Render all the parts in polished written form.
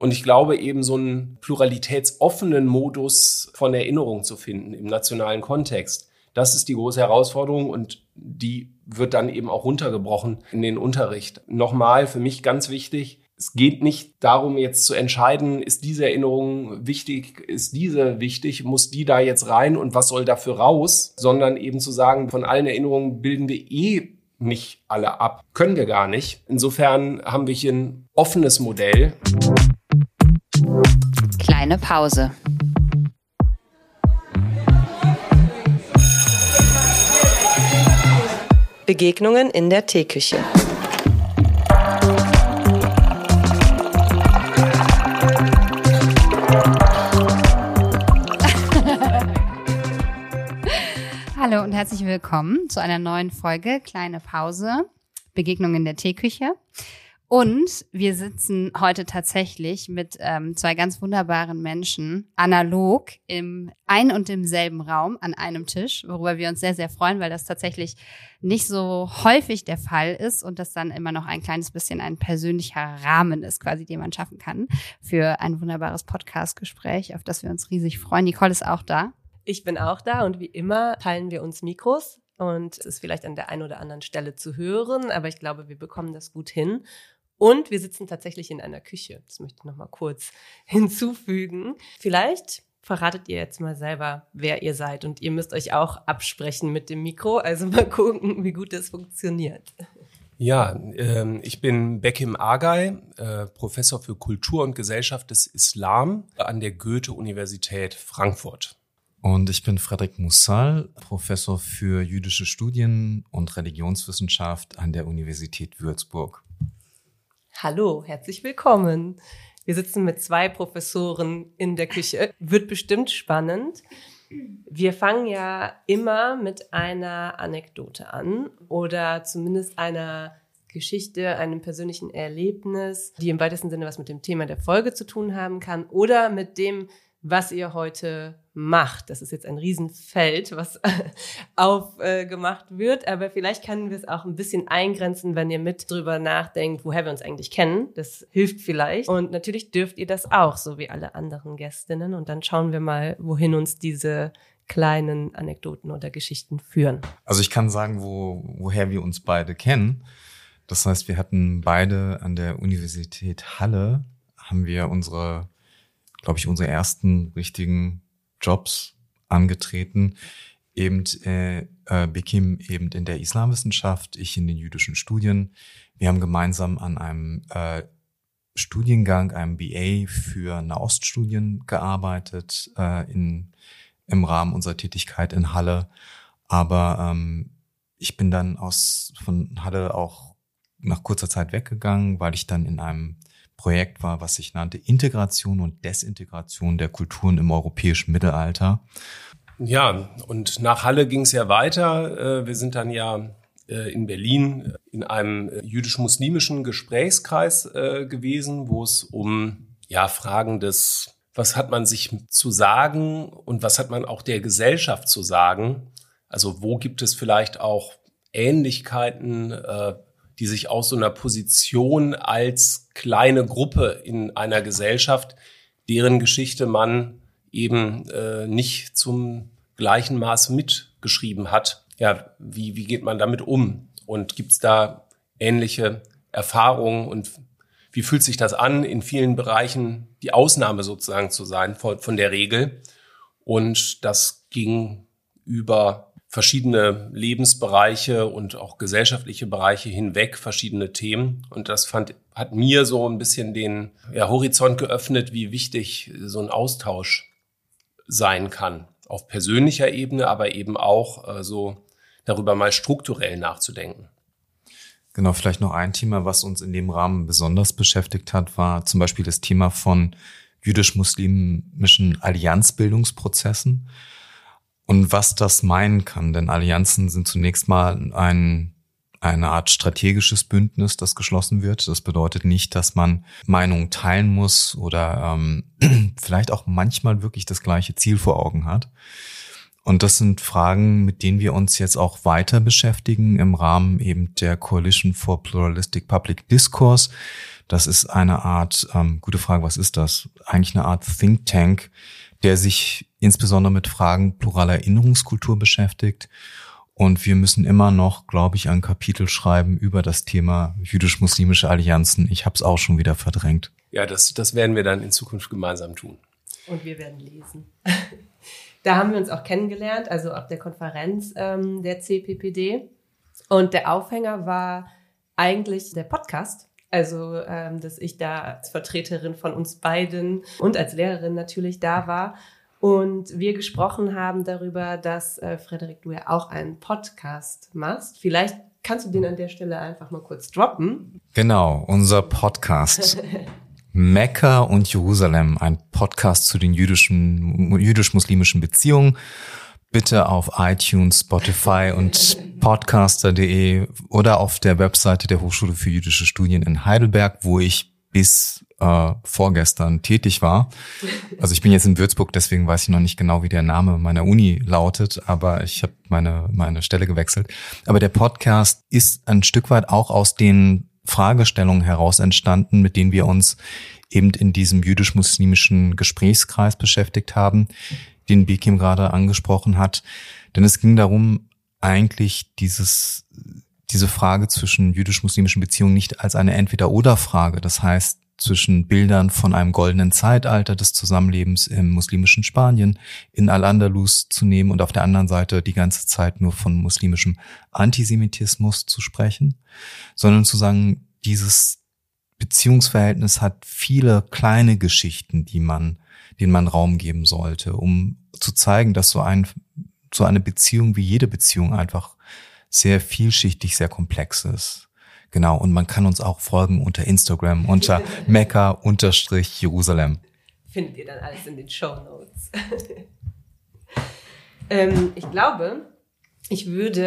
Und ich glaube, eben so einen pluralitätsoffenen Modus von Erinnerung zu finden im nationalen Kontext, das ist die große Herausforderung und die wird dann eben auch runtergebrochen in den Unterricht. Nochmal, für mich ganz wichtig, es geht nicht darum, jetzt zu entscheiden, ist diese Erinnerung wichtig, ist diese wichtig, muss die da jetzt rein und was soll dafür raus, sondern eben zu sagen, von allen Erinnerungen bilden wir nicht alle ab, können wir gar nicht. Insofern haben wir hier ein offenes Modell. Kleine Pause. Begegnungen in der Teeküche. Hallo und herzlich willkommen zu einer neuen Folge Kleine Pause, Begegnungen in der Teeküche. Und wir sitzen heute tatsächlich mit zwei ganz wunderbaren Menschen analog im ein und demselben Raum an einem Tisch, worüber wir uns sehr, sehr freuen, weil das tatsächlich nicht so häufig der Fall ist und das dann immer noch ein kleines bisschen ein persönlicher Rahmen ist, quasi, den man schaffen kann für ein wunderbares Podcast-Gespräch, auf das wir uns riesig freuen. Nicole ist auch da. Ich bin auch da und wie immer teilen wir uns Mikros und es ist vielleicht an der einen oder anderen Stelle zu hören, aber ich glaube, wir bekommen das gut hin. Und wir sitzen tatsächlich in einer Küche. Das möchte ich noch mal kurz hinzufügen. Vielleicht verratet ihr jetzt mal selber, wer ihr seid. Und ihr müsst euch auch absprechen mit dem Mikro. Also mal gucken, wie gut das funktioniert. Ja, ich bin Bekim Agay, Professor für Kultur und Gesellschaft des Islam an der Goethe-Universität Frankfurt. Und ich bin Frederik Mussal, Professor für jüdische Studien und Religionswissenschaft an der Universität Würzburg. Hallo, herzlich willkommen. Wir sitzen mit zwei Professoren in der Küche. Wird bestimmt spannend. Wir fangen ja immer mit einer Anekdote an oder zumindest einer Geschichte, einem persönlichen Erlebnis, die im weitesten Sinne was mit dem Thema der Folge zu tun haben kann oder mit dem, was ihr heute macht. Das ist jetzt ein Riesenfeld, was aufgemacht wird, aber vielleicht können wir es auch ein bisschen eingrenzen, wenn ihr mit drüber nachdenkt, woher wir uns eigentlich kennen. Das hilft vielleicht. Und natürlich dürft ihr das auch, so wie alle anderen Gästinnen. Und dann schauen wir mal, wohin uns diese kleinen Anekdoten oder Geschichten führen. Also ich kann sagen, woher wir uns beide kennen. Das heißt, wir hatten beide an der Universität Halle, haben wir unsere ersten richtigen Jobs angetreten. Bekim eben in der Islamwissenschaft, ich in den jüdischen Studien. Wir haben gemeinsam an einem Studiengang, einem BA für Nahoststudien gearbeitet, im Rahmen unserer Tätigkeit in Halle. Aber ich bin dann von Halle auch nach kurzer Zeit weggegangen, weil ich dann in einem Projekt war, was sich nannte Integration und Desintegration der Kulturen im europäischen Mittelalter. Ja, und nach Halle ging es ja weiter. Wir sind dann ja in Berlin in einem jüdisch-muslimischen Gesprächskreis gewesen, wo es um Fragen des, was hat man sich zu sagen und was hat man auch der Gesellschaft zu sagen? Also wo gibt es vielleicht auch Ähnlichkeiten, die sich aus so einer Position als kleine Gruppe in einer Gesellschaft, deren Geschichte man eben nicht zum gleichen Maß mitgeschrieben hat. Ja, wie geht man damit um? Und gibt es da ähnliche Erfahrungen? Und wie fühlt sich das an, in vielen Bereichen die Ausnahme sozusagen zu sein von der Regel? Und das ging über verschiedene Lebensbereiche und auch gesellschaftliche Bereiche hinweg, verschiedene Themen. Und das hat mir so ein bisschen den Horizont geöffnet, wie wichtig so ein Austausch sein kann. Auf persönlicher Ebene, aber eben auch so darüber mal strukturell nachzudenken. Genau, vielleicht noch ein Thema, was uns in dem Rahmen besonders beschäftigt hat, war zum Beispiel das Thema von jüdisch-muslimischen Allianzbildungsprozessen. Und was das meinen kann, denn Allianzen sind zunächst mal eine Art strategisches Bündnis, das geschlossen wird. Das bedeutet nicht, dass man Meinungen teilen muss oder vielleicht auch manchmal wirklich das gleiche Ziel vor Augen hat. Und das sind Fragen, mit denen wir uns jetzt auch weiter beschäftigen im Rahmen eben der Coalition for Pluralistic Public Discourse. Das ist eine Art, gute Frage, was ist das? Eigentlich eine Art Think Tank, der sich insbesondere mit Fragen pluraler Erinnerungskultur beschäftigt. Und wir müssen immer noch, glaube ich, ein Kapitel schreiben über das Thema jüdisch-muslimische Allianzen. Ich habe es auch schon wieder verdrängt. Ja, das werden wir dann in Zukunft gemeinsam tun. Und wir werden lesen. Da haben wir uns auch kennengelernt, also auf der Konferenz der CPPD. Und der Aufhänger war eigentlich der Podcast. Also, dass ich da als Vertreterin von uns beiden und als Lehrerin natürlich da war. Und wir gesprochen haben darüber, dass, Frederik, du ja auch einen Podcast machst. Vielleicht kannst du den an der Stelle einfach mal kurz droppen. Genau, unser Podcast. Mekka und Jerusalem, ein Podcast zu den jüdisch-muslimischen Beziehungen. Bitte auf iTunes, Spotify und podcaster.de oder auf der Webseite der Hochschule für jüdische Studien in Heidelberg, wo ich bis vorgestern tätig war. Also ich bin jetzt in Würzburg, deswegen weiß ich noch nicht genau, wie der Name meiner Uni lautet, aber ich habe meine Stelle gewechselt. Aber der Podcast ist ein Stück weit auch aus den Fragestellungen heraus entstanden, mit denen wir uns eben in diesem jüdisch-muslimischen Gesprächskreis beschäftigt haben, den Bekim gerade angesprochen hat. Denn es ging darum, eigentlich diese Frage zwischen jüdisch-muslimischen Beziehungen nicht als eine Entweder-oder-Frage, das heißt zwischen Bildern von einem goldenen Zeitalter des Zusammenlebens im muslimischen Spanien in Al-Andalus zu nehmen und auf der anderen Seite die ganze Zeit nur von muslimischem Antisemitismus zu sprechen, sondern zu sagen, dieses Beziehungsverhältnis hat viele kleine Geschichten, denen man Raum geben sollte, um zu zeigen, dass so eine Beziehung wie jede Beziehung einfach sehr vielschichtig, sehr komplex ist. Genau, und man kann uns auch folgen unter Instagram, unter Mekka_Jerusalem. Findet ihr dann alles in den Shownotes. Ich glaube, ich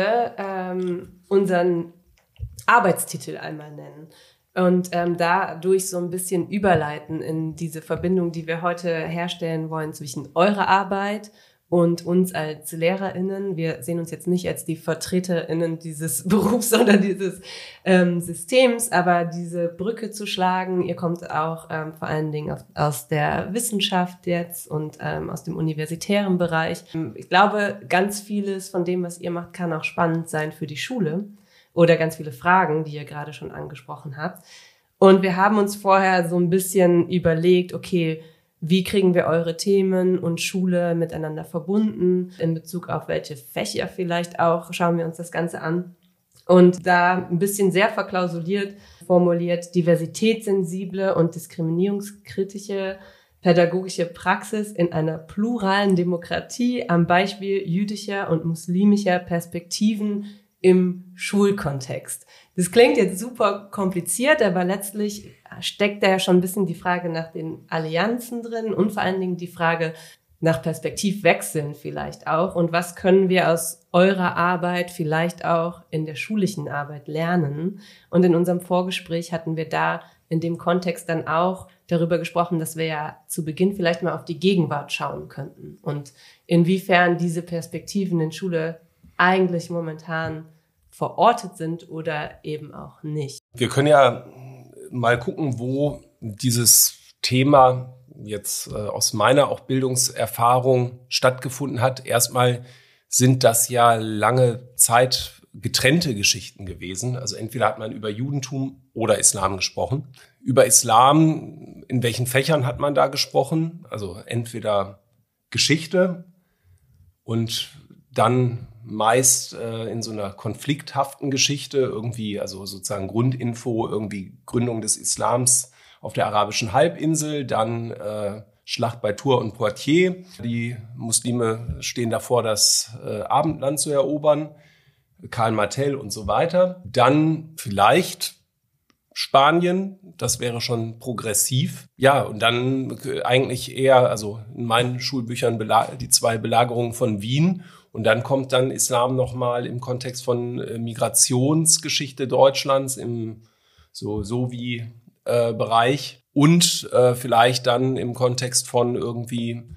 würde unseren Arbeitstitel einmal nennen und dadurch so ein bisschen überleiten in diese Verbindung, die wir heute herstellen wollen zwischen eurer Arbeit und uns als LehrerInnen. Wir sehen uns jetzt nicht als die VertreterInnen dieses Berufs oder dieses Systems, aber diese Brücke zu schlagen. Ihr kommt auch vor allen Dingen aus der Wissenschaft jetzt und aus dem universitären Bereich. Ich glaube, ganz vieles von dem, was ihr macht, kann auch spannend sein für die Schule oder ganz viele Fragen, die ihr gerade schon angesprochen habt. Und wir haben uns vorher so ein bisschen überlegt, okay, wie kriegen wir eure Themen und Schule miteinander verbunden? In Bezug auf welche Fächer vielleicht auch, schauen wir uns das Ganze an. Und da ein bisschen sehr verklausuliert formuliert, diversitätssensible und diskriminierungskritische pädagogische Praxis in einer pluralen Demokratie am Beispiel jüdischer und muslimischer Perspektiven im Schulkontext. Das klingt jetzt super kompliziert, aber letztlich steckt da ja schon ein bisschen die Frage nach den Allianzen drin und vor allen Dingen die Frage nach Perspektivwechseln vielleicht auch. Und was können wir aus eurer Arbeit vielleicht auch in der schulischen Arbeit lernen? Und in unserem Vorgespräch hatten wir da in dem Kontext dann auch darüber gesprochen, dass wir ja zu Beginn vielleicht mal auf die Gegenwart schauen könnten und inwiefern diese Perspektiven in Schule eigentlich momentan verortet sind oder eben auch nicht. Wir können ja mal gucken, wo dieses Thema jetzt aus meiner auch Bildungserfahrung stattgefunden hat. Erstmal sind das ja lange Zeit getrennte Geschichten gewesen. Also entweder hat man über Judentum oder Islam gesprochen. Über Islam, in welchen Fächern hat man da gesprochen? Also entweder Geschichte und dann meist in so einer konflikthaften Geschichte, irgendwie, also sozusagen Grundinfo, irgendwie Gründung des Islams auf der arabischen Halbinsel, dann Schlacht bei Tours und Poitiers. Die Muslime stehen davor, das Abendland zu erobern, Karl Martel und so weiter. Dann vielleicht Spanien, das wäre schon progressiv. Ja, und dann eigentlich eher, also in meinen Schulbüchern die 2 Belagerungen von Wien. Und dann kommt dann Islam nochmal im Kontext von Migrationsgeschichte Deutschlands im so wie Bereich und vielleicht dann im Kontext von irgendwie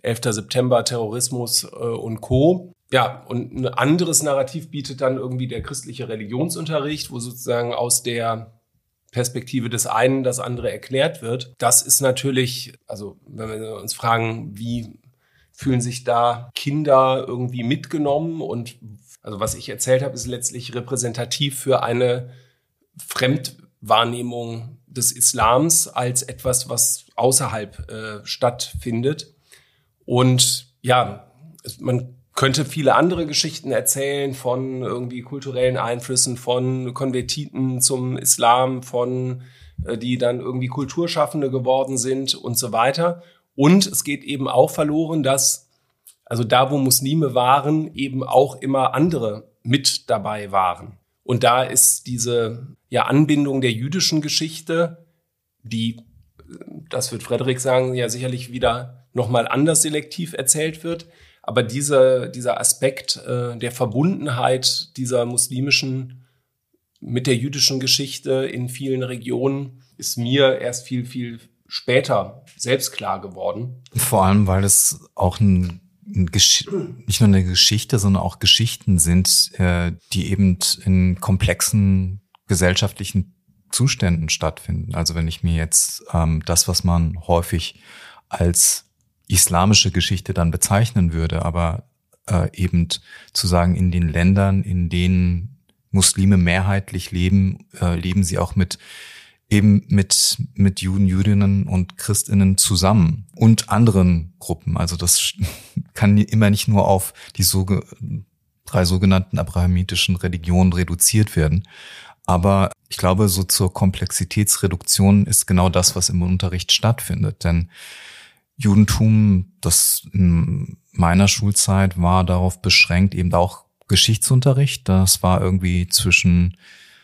11. September, Terrorismus und Co. Ja, und ein anderes Narrativ bietet dann irgendwie der christliche Religionsunterricht, wo sozusagen aus der Perspektive des einen das andere erklärt wird. Das ist natürlich, also wenn wir uns fragen, wie fühlen sich da Kinder irgendwie mitgenommen, und also was ich erzählt habe, ist letztlich repräsentativ für eine Fremdwahrnehmung des Islams als etwas, was außerhalb stattfindet. Und ja, man könnte viele andere Geschichten erzählen von irgendwie kulturellen Einflüssen, von Konvertiten zum Islam, von die dann irgendwie Kulturschaffende geworden sind und so weiter. Und es geht eben auch verloren, dass also da, wo Muslime waren, eben auch immer andere mit dabei waren. Und da ist diese Anbindung der jüdischen Geschichte, die, das wird Frederik sagen, ja sicherlich wieder nochmal anders selektiv erzählt wird. Aber dieser Aspekt der Verbundenheit dieser muslimischen mit der jüdischen Geschichte in vielen Regionen ist mir erst viel, viel später selbst klar geworden. Vor allem, weil es auch nicht nur eine Geschichte, sondern auch Geschichten sind, die eben in komplexen gesellschaftlichen Zuständen stattfinden. Also wenn ich mir jetzt das, was man häufig als islamische Geschichte dann bezeichnen würde, aber eben zu sagen, in den Ländern, in denen Muslime mehrheitlich leben, leben sie auch mit Juden, Jüdinnen und Christinnen zusammen und anderen Gruppen. Also das kann immer nicht nur auf die 3 sogenannten abrahamitischen Religionen reduziert werden. Aber ich glaube, so zur Komplexitätsreduktion ist genau das, was im Unterricht stattfindet. Denn Judentum, das in meiner Schulzeit war darauf beschränkt, eben auch Geschichtsunterricht. Das war irgendwie zwischen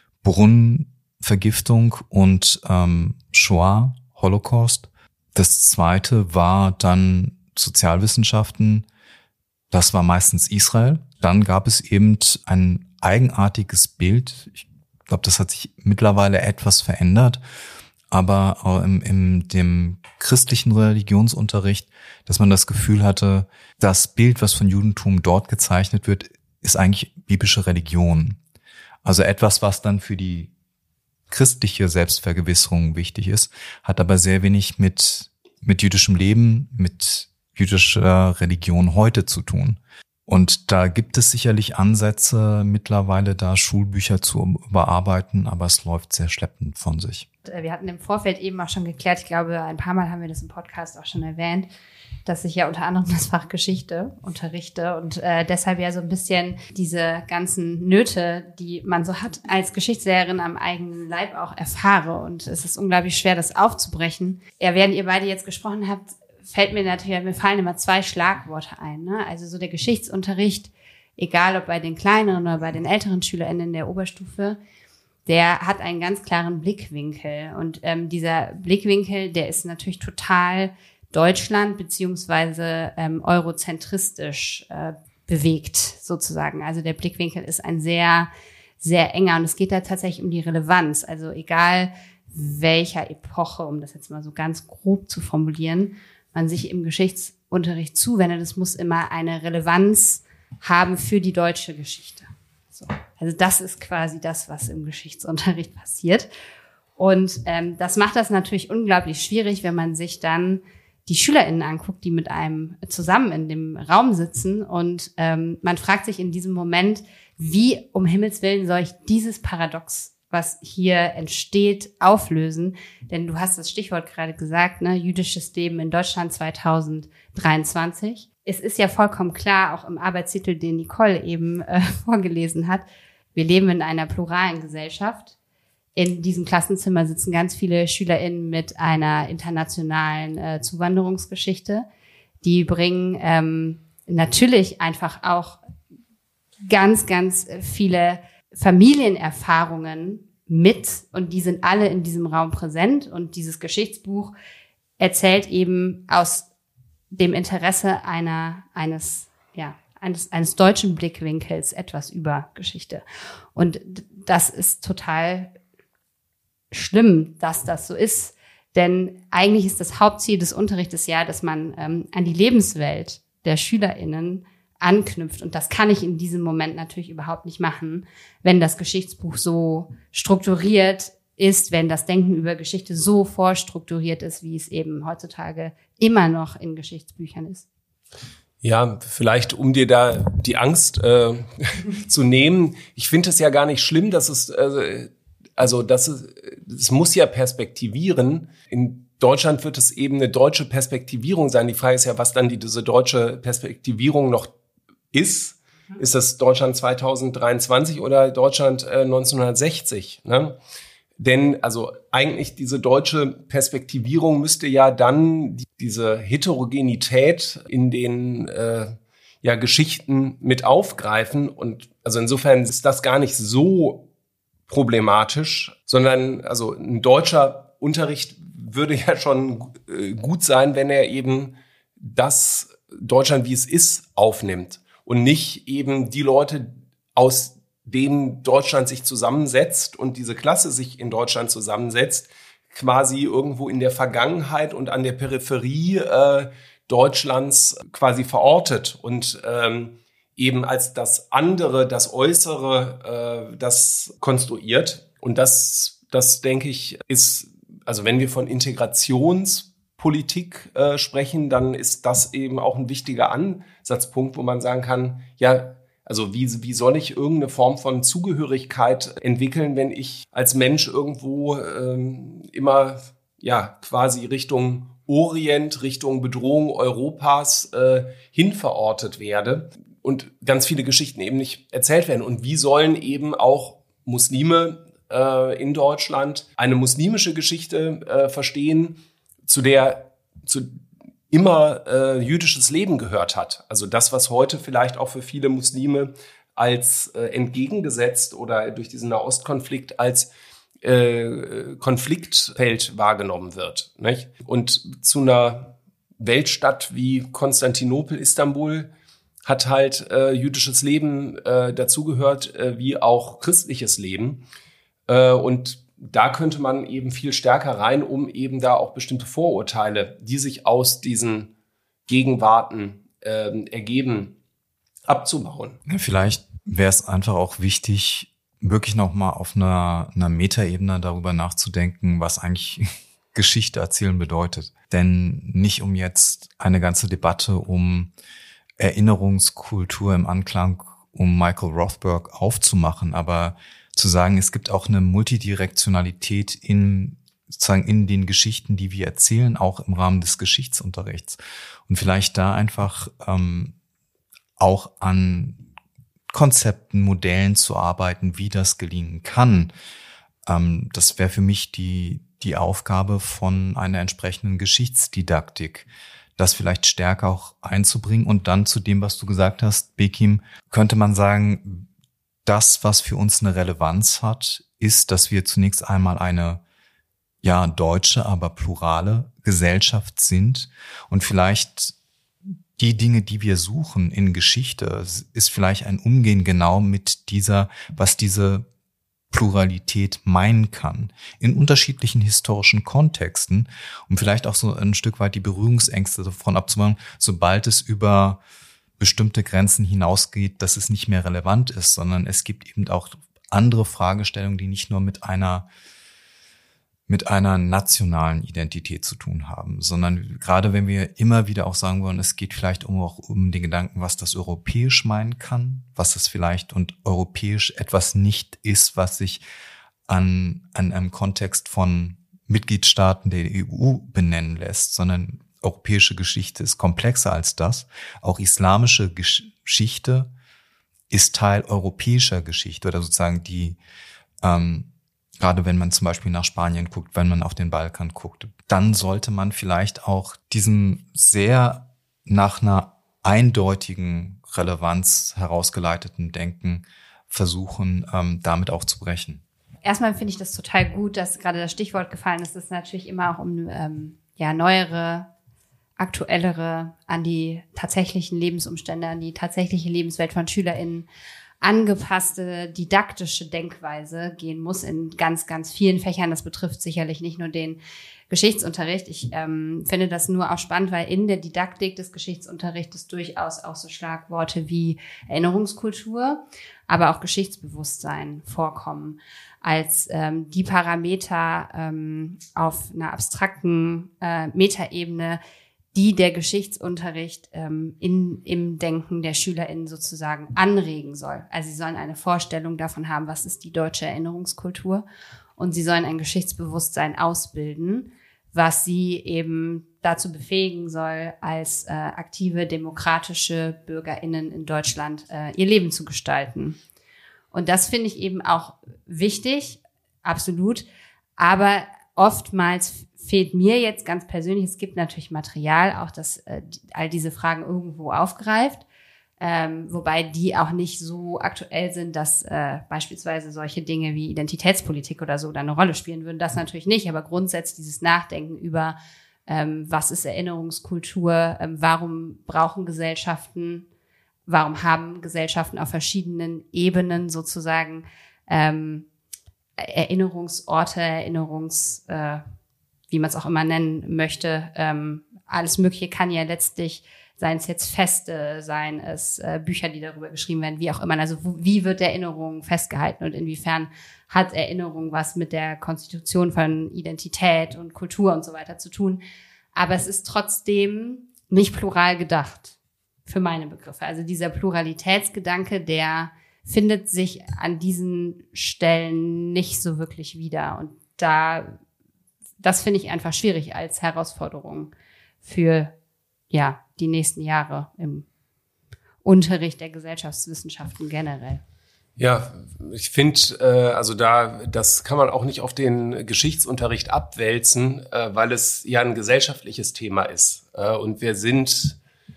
Brunnenvergiftung und Shoah, Holocaust. Das zweite war dann Sozialwissenschaften. Das war meistens Israel. Dann gab es eben ein eigenartiges Bild. Ich glaube, das hat sich mittlerweile etwas verändert. Aber in dem christlichen Religionsunterricht, dass man das Gefühl hatte, das Bild, was von Judentum dort gezeichnet wird, ist eigentlich biblische Religion. Also etwas, was dann für die christliche Selbstvergewisserung wichtig ist, hat aber sehr wenig mit jüdischem Leben, mit jüdischer Religion heute zu tun. Und da gibt es sicherlich Ansätze mittlerweile, da Schulbücher zu überarbeiten, aber es läuft sehr schleppend von sich. Wir hatten im Vorfeld eben auch schon geklärt, ich glaube, ein paar Mal haben wir das im Podcast auch schon erwähnt, dass ich ja unter anderem das Fach Geschichte unterrichte und deshalb ja so ein bisschen diese ganzen Nöte, die man so hat, als Geschichtslehrerin am eigenen Leib auch erfahre. Und es ist unglaublich schwer, das aufzubrechen. Ja, während ihr beide jetzt gesprochen habt, mir fallen immer 2 Schlagworte ein, ne? Also so der Geschichtsunterricht, egal ob bei den kleineren oder bei den älteren SchülerInnen in der Oberstufe, der hat einen ganz klaren Blickwinkel. Und dieser Blickwinkel, der ist natürlich total Deutschland beziehungsweise eurozentristisch bewegt sozusagen. Also der Blickwinkel ist ein sehr, sehr enger. Und es geht da tatsächlich um die Relevanz. Also egal welcher Epoche, um das jetzt mal so ganz grob zu formulieren, man sich im Geschichtsunterricht zuwendet, es muss immer eine Relevanz haben für die deutsche Geschichte. So. Also das ist quasi das, was im Geschichtsunterricht passiert. Und das macht das natürlich unglaublich schwierig, wenn man sich dann die SchülerInnen anguckt, die mit einem zusammen in dem Raum sitzen. Und man fragt sich in diesem Moment, wie um Himmels Willen soll ich dieses Paradox, was hier entsteht, auflösen. Denn du hast das Stichwort gerade gesagt, ne, jüdisches Leben in Deutschland 2023. Es ist ja vollkommen klar, auch im Arbeitstitel, den Nicole eben vorgelesen hat, wir leben in einer pluralen Gesellschaft. In diesem Klassenzimmer sitzen ganz viele SchülerInnen mit einer internationalen Zuwanderungsgeschichte. Die bringen natürlich einfach auch ganz, ganz viele Familienerfahrungen mit und die sind alle in diesem Raum präsent und dieses Geschichtsbuch erzählt eben aus dem Interesse eines deutschen Blickwinkels etwas über Geschichte. Und das ist total schlimm, dass das so ist. Denn eigentlich ist das Hauptziel des Unterrichtes ja, dass man an die Lebenswelt der SchülerInnen anknüpft. Und das kann ich in diesem Moment natürlich überhaupt nicht machen, wenn das Geschichtsbuch so strukturiert ist, wenn das Denken über Geschichte so vorstrukturiert ist, wie es eben heutzutage immer noch in Geschichtsbüchern ist. Ja, vielleicht um dir da die Angst zu nehmen. Ich finde es ja gar nicht schlimm, dass es es muss ja perspektivieren. In Deutschland wird es eben eine deutsche Perspektivierung sein. Die Frage ist ja, was dann diese deutsche Perspektivierung noch ist. Ist das Deutschland 2023 oder Deutschland 1960? Ne? Denn also eigentlich diese deutsche Perspektivierung müsste ja dann diese Heterogenität in den Geschichten mit aufgreifen. Und also insofern ist das gar nicht so problematisch, sondern also ein deutscher Unterricht würde ja schon gut sein, wenn er eben das Deutschland, wie es ist, aufnimmt und nicht eben die Leute, aus denen Deutschland sich zusammensetzt und diese Klasse sich in Deutschland zusammensetzt, quasi irgendwo in der Vergangenheit und an der Peripherie Deutschlands quasi verortet und eben als das andere, das Äußere, das konstruiert. Und das denke ich, ist, also wenn wir von Integrationspolitik sprechen, dann ist das eben auch ein wichtiger Ansatzpunkt, wo man sagen kann, ja, also wie soll ich irgendeine Form von Zugehörigkeit entwickeln, wenn ich als Mensch irgendwo immer ja quasi Richtung Orient, Richtung Bedrohung Europas hinverortet werde und ganz viele Geschichten eben nicht erzählt werden. Und wie sollen eben auch Muslime in Deutschland eine muslimische Geschichte verstehen, zu immer jüdisches Leben gehört hat. Also das, was heute vielleicht auch für viele Muslime als entgegengesetzt oder durch diesen Nahostkonflikt als Konfliktfeld wahrgenommen wird. Nicht? Und zu einer Weltstadt wie Konstantinopel, Istanbul hat halt jüdisches Leben dazugehört, wie auch christliches Leben. Und da könnte man eben viel stärker rein, um eben da auch bestimmte Vorurteile, die sich aus diesen Gegenwarten ergeben, abzubauen. Vielleicht wäre es einfach auch wichtig, wirklich nochmal auf einer Metaebene darüber nachzudenken, was eigentlich Geschichte erzählen bedeutet. Denn nicht um jetzt eine ganze Debatte um Erinnerungskultur im Anklang um Michael Rothberg aufzumachen, aber zu sagen, es gibt auch eine Multidirektionalität sozusagen in den Geschichten, die wir erzählen, auch im Rahmen des Geschichtsunterrichts. Und vielleicht da einfach auch an Konzepten, Modellen zu arbeiten, wie das gelingen kann. Das wäre für mich die Aufgabe von einer entsprechenden Geschichtsdidaktik, das vielleicht stärker auch einzubringen. Und dann zu dem, was du gesagt hast, Bekim, könnte man sagen, das, was für uns eine Relevanz hat, ist, dass wir zunächst einmal eine deutsche, aber plurale Gesellschaft sind und vielleicht die Dinge, die wir suchen in Geschichte, ist vielleicht ein Umgehen genau mit was diese Pluralität meinen kann, in unterschiedlichen historischen Kontexten, um vielleicht auch so ein Stück weit die Berührungsängste davon abzubauen, sobald es über bestimmte Grenzen hinausgeht, dass es nicht mehr relevant ist, sondern es gibt eben auch andere Fragestellungen, die nicht nur mit einer nationalen Identität zu tun haben, sondern gerade wenn wir immer wieder auch sagen wollen, es geht vielleicht auch um den Gedanken, was das europäisch meinen kann, was es vielleicht und europäisch etwas nicht ist, was sich an einem Kontext von Mitgliedstaaten der EU benennen lässt, sondern europäische Geschichte ist komplexer als das. Auch islamische Geschichte ist Teil europäischer Geschichte oder sozusagen die gerade wenn man zum Beispiel nach Spanien guckt, wenn man auf den Balkan guckt, dann sollte man vielleicht auch diesem sehr nach einer eindeutigen Relevanz herausgeleiteten Denken versuchen, damit auch zu brechen. Erstmal finde ich das total gut, dass gerade das Stichwort gefallen ist, dass es natürlich immer auch um neuere, aktuellere, an die tatsächlichen Lebensumstände, an die tatsächliche Lebenswelt von SchülerInnen angepasste didaktische Denkweise gehen muss in ganz, ganz vielen Fächern. Das betrifft sicherlich nicht nur den Geschichtsunterricht. Ich finde das nur auch spannend, weil in der Didaktik des Geschichtsunterrichtes durchaus auch so Schlagworte wie Erinnerungskultur, aber auch Geschichtsbewusstsein vorkommen als die Parameter auf einer abstrakten Metaebene, die der Geschichtsunterricht im Denken der SchülerInnen sozusagen anregen soll. Also sie sollen eine Vorstellung davon haben, was ist die deutsche Erinnerungskultur, und sie sollen ein Geschichtsbewusstsein ausbilden, was sie eben dazu befähigen soll, als aktive, demokratische BürgerInnen in Deutschland ihr Leben zu gestalten. Und das finde ich eben auch wichtig, absolut, aber oftmals fehlt mir jetzt ganz persönlich, es gibt natürlich Material, auch das all diese Fragen irgendwo aufgreift, wobei die auch nicht so aktuell sind, dass beispielsweise solche Dinge wie Identitätspolitik oder so da eine Rolle spielen würden. Das natürlich nicht, aber grundsätzlich dieses Nachdenken über, was ist Erinnerungskultur, warum brauchen Gesellschaften, warum haben Gesellschaften auf verschiedenen Ebenen sozusagen Erinnerungsorte, wie man es auch immer nennen möchte. Alles Mögliche kann ja letztlich, seien es jetzt Feste, seien es Bücher, die darüber geschrieben werden, wie auch immer. Also wie wird Erinnerung festgehalten und inwiefern hat Erinnerung was mit der Konstitution von Identität und Kultur und so weiter zu tun. Aber es ist trotzdem nicht plural gedacht, für meine Begriffe. Also dieser Pluralitätsgedanke, der findet sich an diesen Stellen nicht so wirklich wieder. Und das finde ich einfach schwierig als Herausforderung für die nächsten Jahre im Unterricht der Gesellschaftswissenschaften generell. Ja, ich finde, das kann man auch nicht auf den Geschichtsunterricht abwälzen, weil es ja ein gesellschaftliches Thema ist. Und wir sind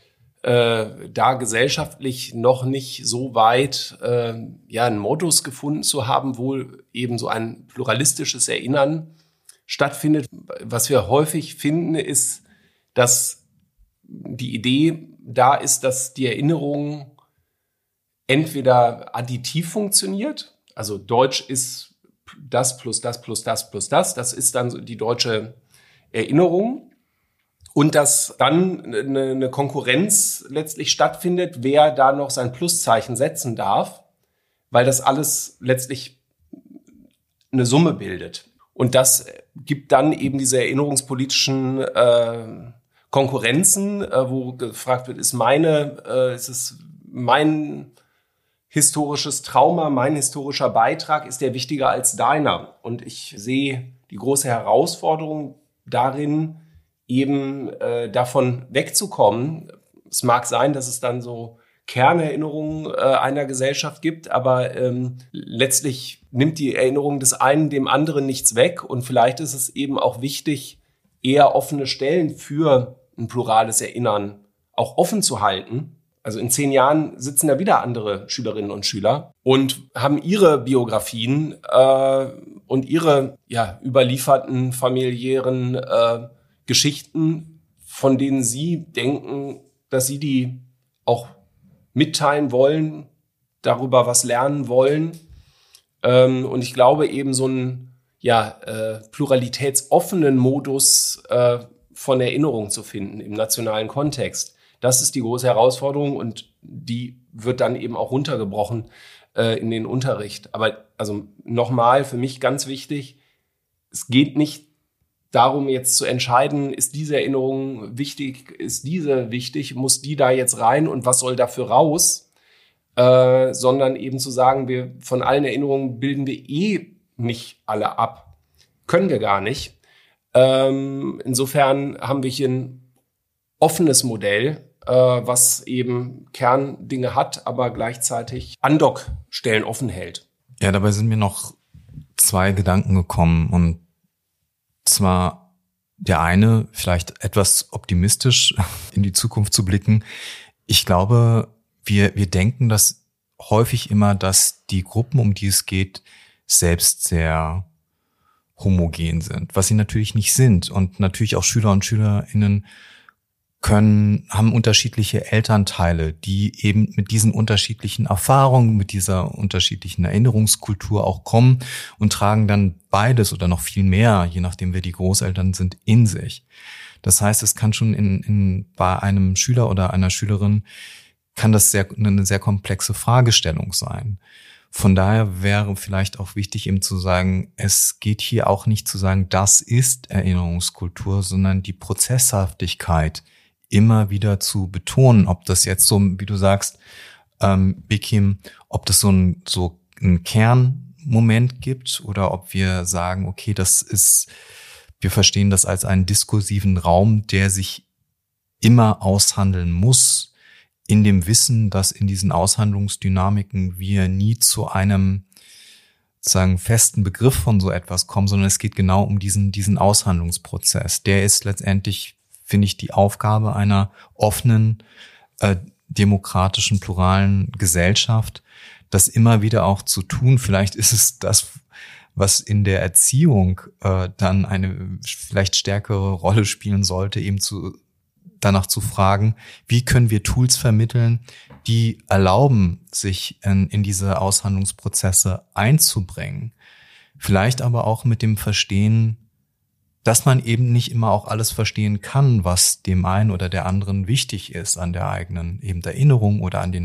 da gesellschaftlich noch nicht so weit, einen Modus gefunden zu haben, wo eben so ein pluralistisches Erinnern stattfindet. Was wir häufig finden, ist, dass die Idee da ist, dass die Erinnerung entweder additiv funktioniert, also Deutsch ist das plus das plus das plus das, das ist dann so die deutsche Erinnerung, und dass dann eine Konkurrenz letztlich stattfindet, wer da noch sein Pluszeichen setzen darf, weil das alles letztlich eine Summe bildet. Und das gibt dann eben diese erinnerungspolitischen Konkurrenzen, wo gefragt wird, ist es mein historisches Trauma, mein historischer Beitrag, ist der wichtiger als deiner? Und ich sehe die große Herausforderung darin, eben davon wegzukommen. Es mag sein, dass es dann so Kernerinnerungen einer Gesellschaft gibt, aber letztlich nimmt die Erinnerung des einen dem anderen nichts weg, und vielleicht ist es eben auch wichtig, eher offene Stellen für ein plurales Erinnern auch offen zu halten. Also in 10 Jahren sitzen da wieder andere Schülerinnen und Schüler und haben ihre Biografien und ihre überlieferten familiären Geschichten, von denen sie denken, dass sie die auch mitteilen wollen, darüber was lernen wollen. Und ich glaube, eben so einen pluralitätsoffenen Modus von Erinnerung zu finden im nationalen Kontext, das ist die große Herausforderung, und die wird dann eben auch runtergebrochen in den Unterricht. Aber also nochmal, für mich ganz wichtig, es geht nicht darum, jetzt zu entscheiden, ist diese Erinnerung wichtig, ist diese wichtig, muss die da jetzt rein und was soll dafür raus, sondern eben zu sagen, wir von allen Erinnerungen bilden wir nicht alle ab. Können wir gar nicht. Insofern haben wir hier ein offenes Modell, was eben Kerndinge hat, aber gleichzeitig Andockstellen offen hält. Ja, dabei sind mir noch 2 Gedanken gekommen, und zwar der eine, vielleicht etwas optimistisch in die Zukunft zu blicken. Ich glaube, wir denken das häufig immer, dass die Gruppen, um die es geht, selbst sehr homogen sind, was sie natürlich nicht sind. Und natürlich auch Schüler und SchülerInnen haben unterschiedliche Elternteile, die eben mit diesen unterschiedlichen Erfahrungen, mit dieser unterschiedlichen Erinnerungskultur auch kommen und tragen dann beides oder noch viel mehr, je nachdem wer die Großeltern sind, in sich. Das heißt, es kann schon bei einem Schüler oder einer Schülerin kann das eine sehr komplexe Fragestellung sein. Von daher wäre vielleicht auch wichtig, eben zu sagen, es geht hier auch nicht zu sagen, das ist Erinnerungskultur, sondern die Prozesshaftigkeit immer wieder zu betonen, ob das jetzt so, wie du sagst, Bekim, ob das so ein Kernmoment gibt oder ob wir sagen, okay, wir verstehen das als einen diskursiven Raum, der sich immer aushandeln muss, in dem Wissen, dass in diesen Aushandlungsdynamiken wir nie zu einem sozusagen festen Begriff von so etwas kommen, sondern es geht genau um diesen Aushandlungsprozess. Der ist letztendlich, finde ich, die Aufgabe einer offenen, demokratischen, pluralen Gesellschaft, das immer wieder auch zu tun. Vielleicht ist es das, was in der Erziehung dann eine vielleicht stärkere Rolle spielen sollte, eben danach zu fragen, wie können wir Tools vermitteln, die erlauben, sich in diese Aushandlungsprozesse einzubringen. Vielleicht aber auch mit dem Verstehen, dass man eben nicht immer auch alles verstehen kann, was dem einen oder der anderen wichtig ist an der eigenen eben Erinnerung oder an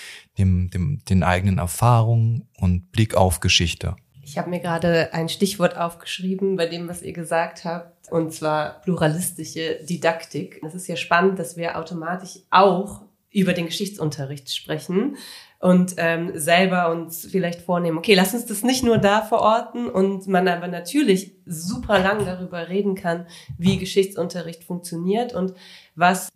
den eigenen Erfahrungen und Blick auf Geschichte. Ich habe mir gerade ein Stichwort aufgeschrieben bei dem, was ihr gesagt habt, und zwar pluralistische Didaktik. Es ist ja spannend, dass wir automatisch auch über den Geschichtsunterricht sprechen und selber uns vielleicht vornehmen, okay, lass uns das nicht nur da verorten und man aber natürlich super lang darüber reden kann, wie Geschichtsunterricht funktioniert und was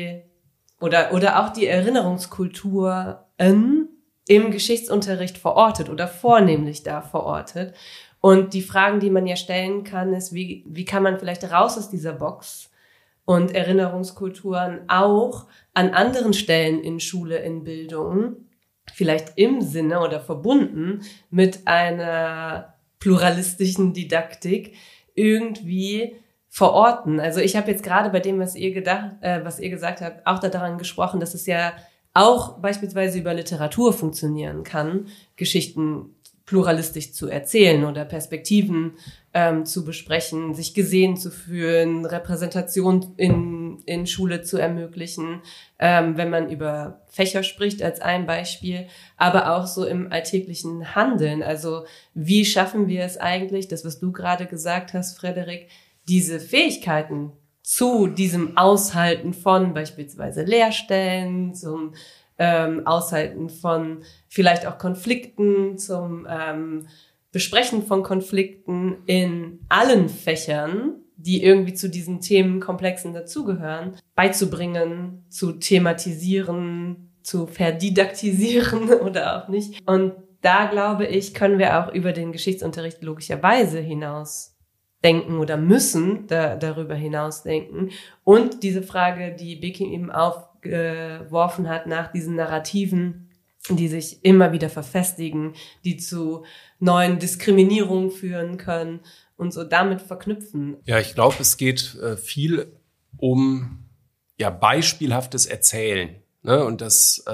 oder auch die Erinnerungskultur im Geschichtsunterricht verortet oder vornehmlich da verortet. Und die Fragen, die man ja stellen kann, ist, wie kann man vielleicht raus aus dieser Box und Erinnerungskulturen auch an anderen Stellen in Schule, in Bildung, vielleicht im Sinne oder verbunden mit einer pluralistischen Didaktik irgendwie verorten. Also ich habe jetzt gerade bei dem, was ihr gesagt habt, auch daran gesprochen, dass es ja auch beispielsweise über Literatur funktionieren kann, Geschichten pluralistisch zu erzählen oder Perspektiven zu besprechen, sich gesehen zu fühlen, Repräsentation in Schule zu ermöglichen, wenn man über Fächer spricht als ein Beispiel, aber auch so im alltäglichen Handeln. Also wie schaffen wir es eigentlich, das, was du gerade gesagt hast, Frederik, diese Fähigkeiten zu diesem Aushalten von beispielsweise Leerstellen, zum Aushalten von vielleicht auch Konflikten, zum Besprechen von Konflikten in allen Fächern, die irgendwie zu diesen Themenkomplexen dazugehören, beizubringen, zu thematisieren, zu verdidaktisieren oder auch nicht. Und da, glaube ich, können wir auch über den Geschichtsunterricht logischerweise hinaus denken oder müssen darüber hinaus denken. Und diese Frage, die Bekim eben aufgeworfen hat nach diesen Narrativen, die sich immer wieder verfestigen, die zu neuen Diskriminierungen führen können und so damit verknüpfen. Ja, ich glaube, es geht viel um beispielhaftes Erzählen. Ne? Und es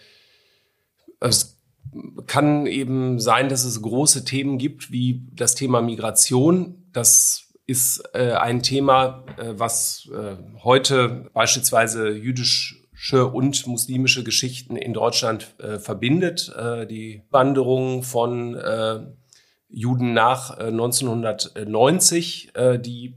kann eben sein, dass es große Themen gibt, wie das Thema Migration. Das ist ein Thema, was heute beispielsweise jüdische und muslimische Geschichten in Deutschland verbindet. Die Wanderung von Juden nach 1990, die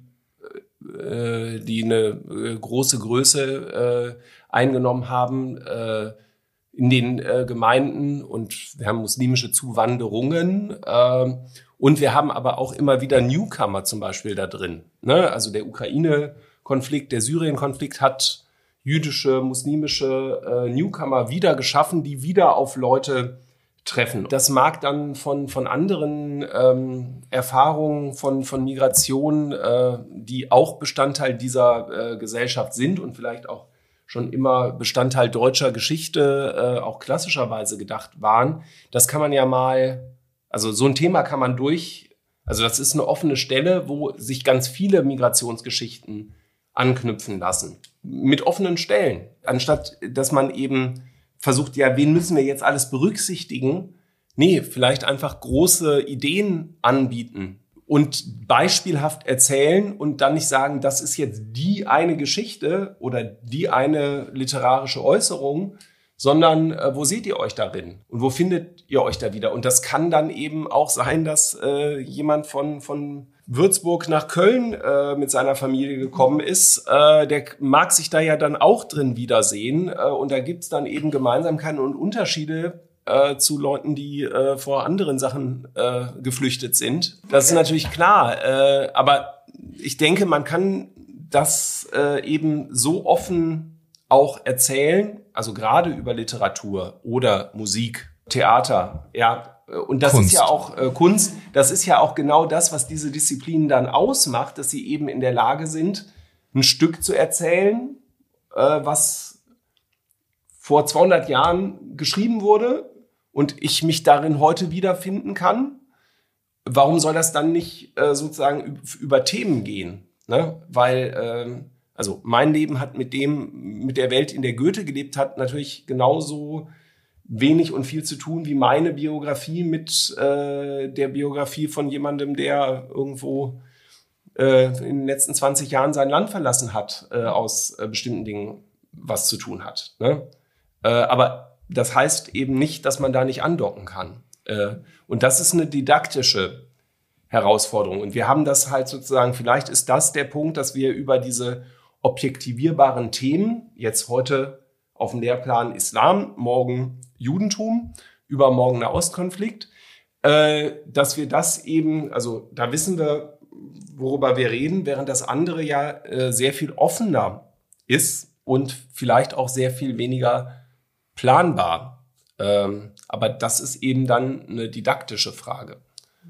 eine große Größe eingenommen haben in den Gemeinden, und wir haben muslimische Zuwanderungen und wir haben aber auch immer wieder Newcomer zum Beispiel da drin. Ne? Also der Ukraine-Konflikt, der Syrien-Konflikt hat jüdische, muslimische Newcomer wieder geschaffen, die wieder auf Leute treffen. Das mag dann von anderen Erfahrungen von Migration, die auch Bestandteil dieser Gesellschaft sind und vielleicht auch schon immer Bestandteil deutscher Geschichte, auch klassischerweise gedacht waren. Das kann man ja mal, also so ein Thema kann man also das ist eine offene Stelle, wo sich ganz viele Migrationsgeschichten anknüpfen lassen. mit offenen Stellen. Anstatt, dass man eben versucht, ja, wen müssen wir jetzt alles berücksichtigen? Nee, vielleicht einfach große Ideen anbieten und beispielhaft erzählen und dann nicht sagen, das ist jetzt die eine Geschichte oder die eine literarische Äußerung, sondern wo seht ihr euch darin und wo findet ihr euch da wieder? Und das kann dann eben auch sein, dass jemand von Würzburg nach Köln mit seiner Familie gekommen ist. Der mag sich da ja dann auch drin wiedersehen. Und da gibt's dann eben Gemeinsamkeiten und Unterschiede zu Leuten, die vor anderen Sachen geflüchtet sind. Das ist natürlich klar. Aber ich denke, man kann das eben so offen auch erzählen, also gerade über Literatur oder Musik, Theater, ja. Und das Kunst. Ist ja auch Kunst. Das ist ja auch genau das, was diese Disziplinen dann ausmacht, dass sie eben in der Lage sind, ein Stück zu erzählen, was vor 200 Jahren geschrieben wurde und ich mich darin heute wiederfinden kann. Warum soll das dann nicht sozusagen über Themen gehen? Ne? Weil also mein Leben hat mit der Welt, in der Goethe gelebt hat, natürlich genauso wenig und viel zu tun wie meine Biografie mit der Biografie von jemandem, der irgendwo in den letzten 20 Jahren sein Land verlassen hat, aus bestimmten Dingen was zu tun hat. Ne? Aber das heißt eben nicht, dass man da nicht andocken kann. Und das ist eine didaktische Herausforderung. Und wir haben das halt sozusagen, vielleicht ist das der Punkt, dass wir über diese objektivierbaren Themen, jetzt heute auf dem Lehrplan Islam, morgen Judentum, übermorgen Nahostkonflikt, dass wir das eben, also da wissen wir, worüber wir reden, während das andere ja sehr viel offener ist und vielleicht auch sehr viel weniger planbar. Aber das ist eben dann eine didaktische Frage.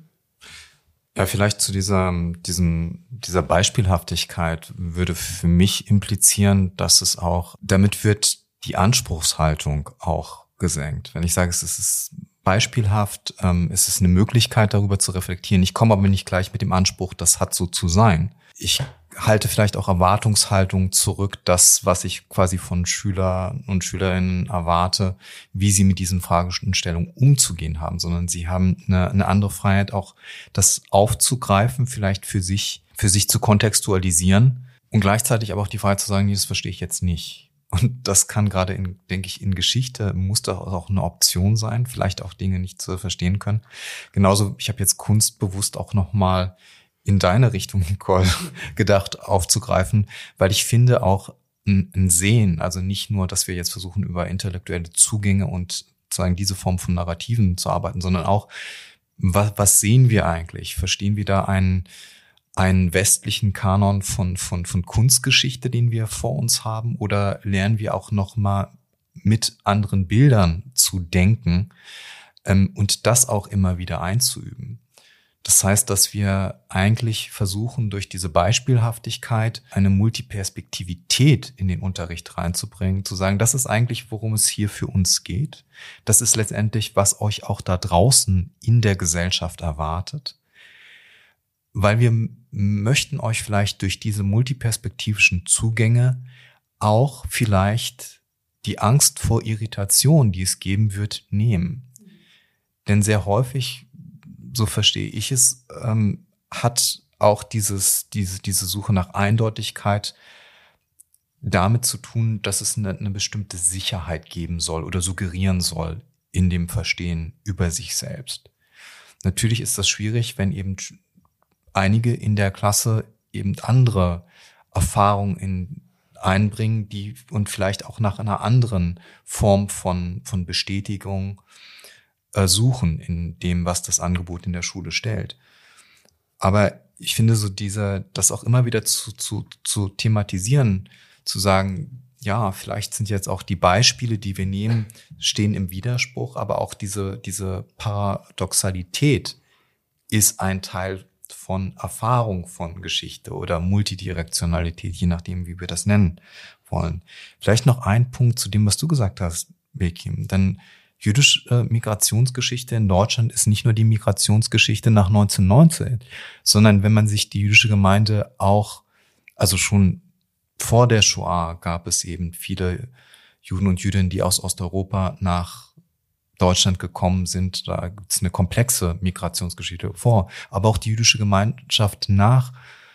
Ja, vielleicht zu dieser Beispielhaftigkeit würde für mich implizieren, dass es auch, damit wird die Anspruchshaltung auch gesenkt. Wenn ich sage, es ist beispielhaft, es ist eine Möglichkeit, darüber zu reflektieren. Ich komme aber nicht gleich mit dem Anspruch, das hat so zu sein. Ich halte vielleicht auch Erwartungshaltung zurück, das, was ich quasi von Schüler und Schülerinnen erwarte, wie sie mit diesen Fragestellungen umzugehen haben, sondern sie haben eine andere Freiheit, auch das aufzugreifen, vielleicht für sich zu kontextualisieren und gleichzeitig aber auch die Freiheit zu sagen, nee, das verstehe ich jetzt nicht. Und das kann gerade denke ich, in Geschichte muss das auch eine Option sein, vielleicht auch Dinge nicht zu verstehen können. Genauso, ich habe jetzt Kunst bewusst auch nochmal in deine Richtung, Nicole, gedacht aufzugreifen, weil ich finde auch ein Sehen, also nicht nur, dass wir jetzt versuchen, über intellektuelle Zugänge und sozusagen diese Form von Narrativen zu arbeiten, sondern auch, was sehen wir eigentlich? Verstehen wir da einen westlichen Kanon von Kunstgeschichte, den wir vor uns haben, oder lernen wir auch noch mal mit anderen Bildern zu denken und das auch immer wieder einzuüben? Das heißt, dass wir eigentlich versuchen, durch diese Beispielhaftigkeit eine Multiperspektivität in den Unterricht reinzubringen, zu sagen, das ist eigentlich, worum es hier für uns geht. Das ist letztendlich, was euch auch da draußen in der Gesellschaft erwartet. Weil wir möchten euch vielleicht durch diese multiperspektivischen Zugänge auch vielleicht die Angst vor Irritation, die es geben wird, nehmen. Denn sehr häufig, so verstehe ich es, hat auch diese Suche nach Eindeutigkeit damit zu tun, dass es eine bestimmte Sicherheit geben soll oder suggerieren soll in dem Verstehen über sich selbst. Natürlich ist das schwierig, wenn eben einige in der Klasse eben andere Erfahrungen einbringen, die und vielleicht auch nach einer anderen Form von Bestätigung suchen in dem, was das Angebot in der Schule stellt. Aber ich finde so das auch immer wieder zu thematisieren, zu sagen, ja, vielleicht sind jetzt auch die Beispiele, die wir nehmen, stehen im Widerspruch, aber auch diese Paradoxalität ist ein Teil von Erfahrung von Geschichte oder Multidirektionalität, je nachdem, wie wir das nennen wollen. Vielleicht noch ein Punkt zu dem, was du gesagt hast, Bekim. Denn jüdische Migrationsgeschichte in Deutschland ist nicht nur die Migrationsgeschichte nach 1919, sondern wenn man sich die jüdische Gemeinde auch, also schon vor der Shoah gab es eben viele Juden und Jüdinnen, die aus Osteuropa nach Deutschland gekommen sind. Da gibt es eine komplexe Migrationsgeschichte vor. Aber auch die jüdische Gemeinschaft nach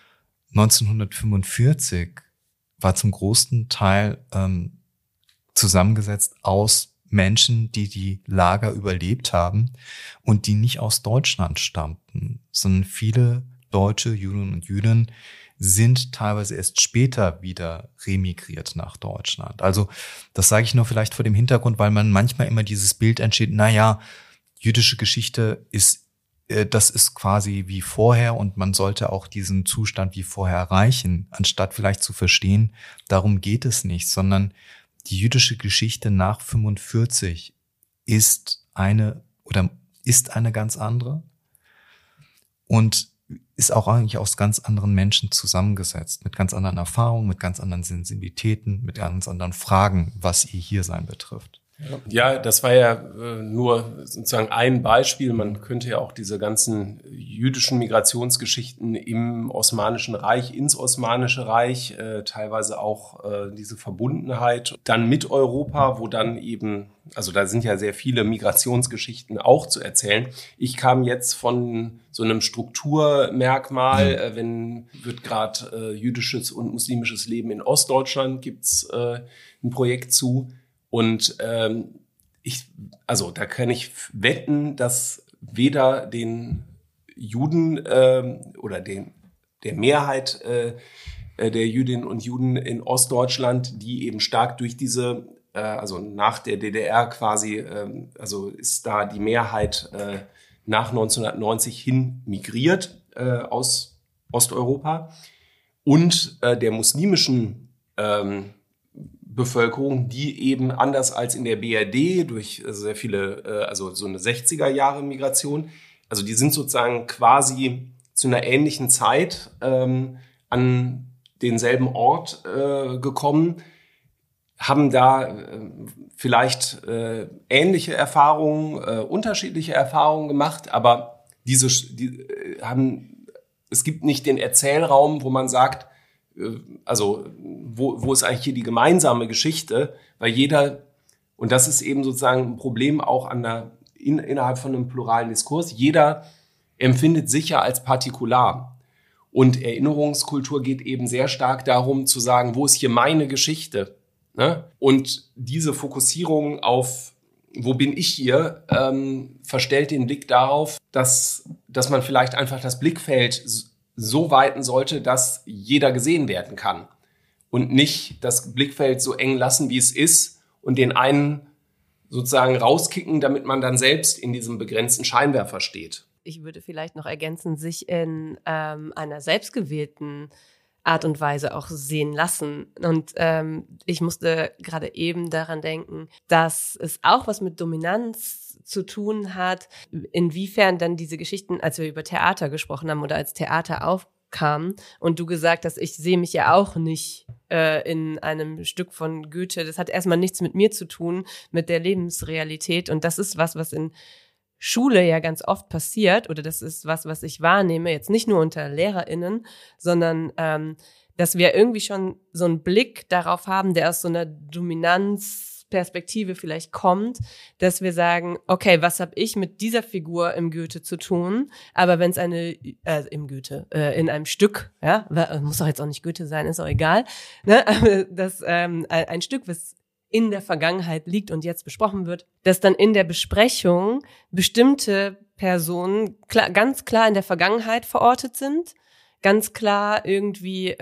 1945 war zum großen Teil zusammengesetzt aus Menschen, die die Lager überlebt haben und die nicht aus Deutschland stammten, sondern viele deutsche Juden und Jüdinnen sind teilweise erst später wieder remigriert nach Deutschland. Also das sage ich nur vielleicht vor dem Hintergrund, weil man manchmal immer dieses Bild entsteht, jüdische Geschichte das ist quasi wie vorher und man sollte auch diesen Zustand wie vorher erreichen, anstatt vielleicht zu verstehen, darum geht es nicht, sondern die jüdische Geschichte nach 45 ist eine ganz andere und ist auch eigentlich aus ganz anderen Menschen zusammengesetzt, mit ganz anderen Erfahrungen, mit ganz anderen Sensibilitäten, mit ganz anderen Fragen, was ihr Hiersein betrifft. Ja, das war ja nur sozusagen ein Beispiel. Man könnte ja auch diese ganzen jüdischen Migrationsgeschichten im Osmanischen Reich, ins Osmanische Reich, teilweise auch diese Verbundenheit dann mit Europa, wo dann eben, also da sind ja sehr viele Migrationsgeschichten auch zu erzählen. Ich kam jetzt von so einem Strukturmerkmal, wird gerade jüdisches und muslimisches Leben in Ostdeutschland, gibt's ein Projekt zu. Und da kann ich wetten, dass weder den Juden oder der Mehrheit der Jüdinnen und Juden in Ostdeutschland, die eben stark durch diese, also nach der DDR quasi, ist da die Mehrheit nach 1990 hin migriert aus Osteuropa und der muslimischen Bevölkerung, die eben anders als in der BRD durch sehr viele, so eine 60er-Jahre-Migration, also die sind sozusagen quasi zu einer ähnlichen Zeit an denselben Ort gekommen, haben da vielleicht ähnliche Erfahrungen, unterschiedliche Erfahrungen gemacht, aber es gibt nicht den Erzählraum, wo man sagt, wo ist eigentlich hier die gemeinsame Geschichte? Weil jeder, und das ist eben sozusagen ein Problem auch innerhalb von einem pluralen Diskurs, jeder empfindet sich ja als Partikular. Und Erinnerungskultur geht eben sehr stark darum zu sagen, wo ist hier meine Geschichte? Ne? Und diese Fokussierung auf, wo bin ich hier, verstellt den Blick darauf, dass man vielleicht einfach das Blickfeld so weiten sollte, dass jeder gesehen werden kann und nicht das Blickfeld so eng lassen, wie es ist und den einen sozusagen rauskicken, damit man dann selbst in diesem begrenzten Scheinwerfer steht. Ich würde vielleicht noch ergänzen, sich in einer selbstgewählten Art und Weise auch sehen lassen. Und ich musste gerade eben daran denken, dass es auch was mit Dominanz zu tun hat, inwiefern dann diese Geschichten, als wir über Theater gesprochen haben oder als Theater aufkamen und du gesagt hast, ich sehe mich ja auch nicht in einem Stück von Goethe. Das hat erstmal nichts mit mir zu tun, mit der Lebensrealität. Und das ist was in Schule ja ganz oft passiert, oder das ist was ich wahrnehme, jetzt nicht nur unter LehrerInnen, sondern dass wir irgendwie schon so einen Blick darauf haben, der aus so einer Dominanzperspektive vielleicht kommt, dass wir sagen, okay, was habe ich mit dieser Figur im Goethe zu tun? Aber wenn es in einem Stück, ja, muss doch jetzt auch nicht Goethe sein, ist auch egal, ne? Aber das ein Stück, was in der Vergangenheit liegt und jetzt besprochen wird, dass dann in der Besprechung bestimmte Personen ganz klar in der Vergangenheit verortet sind, ganz klar irgendwie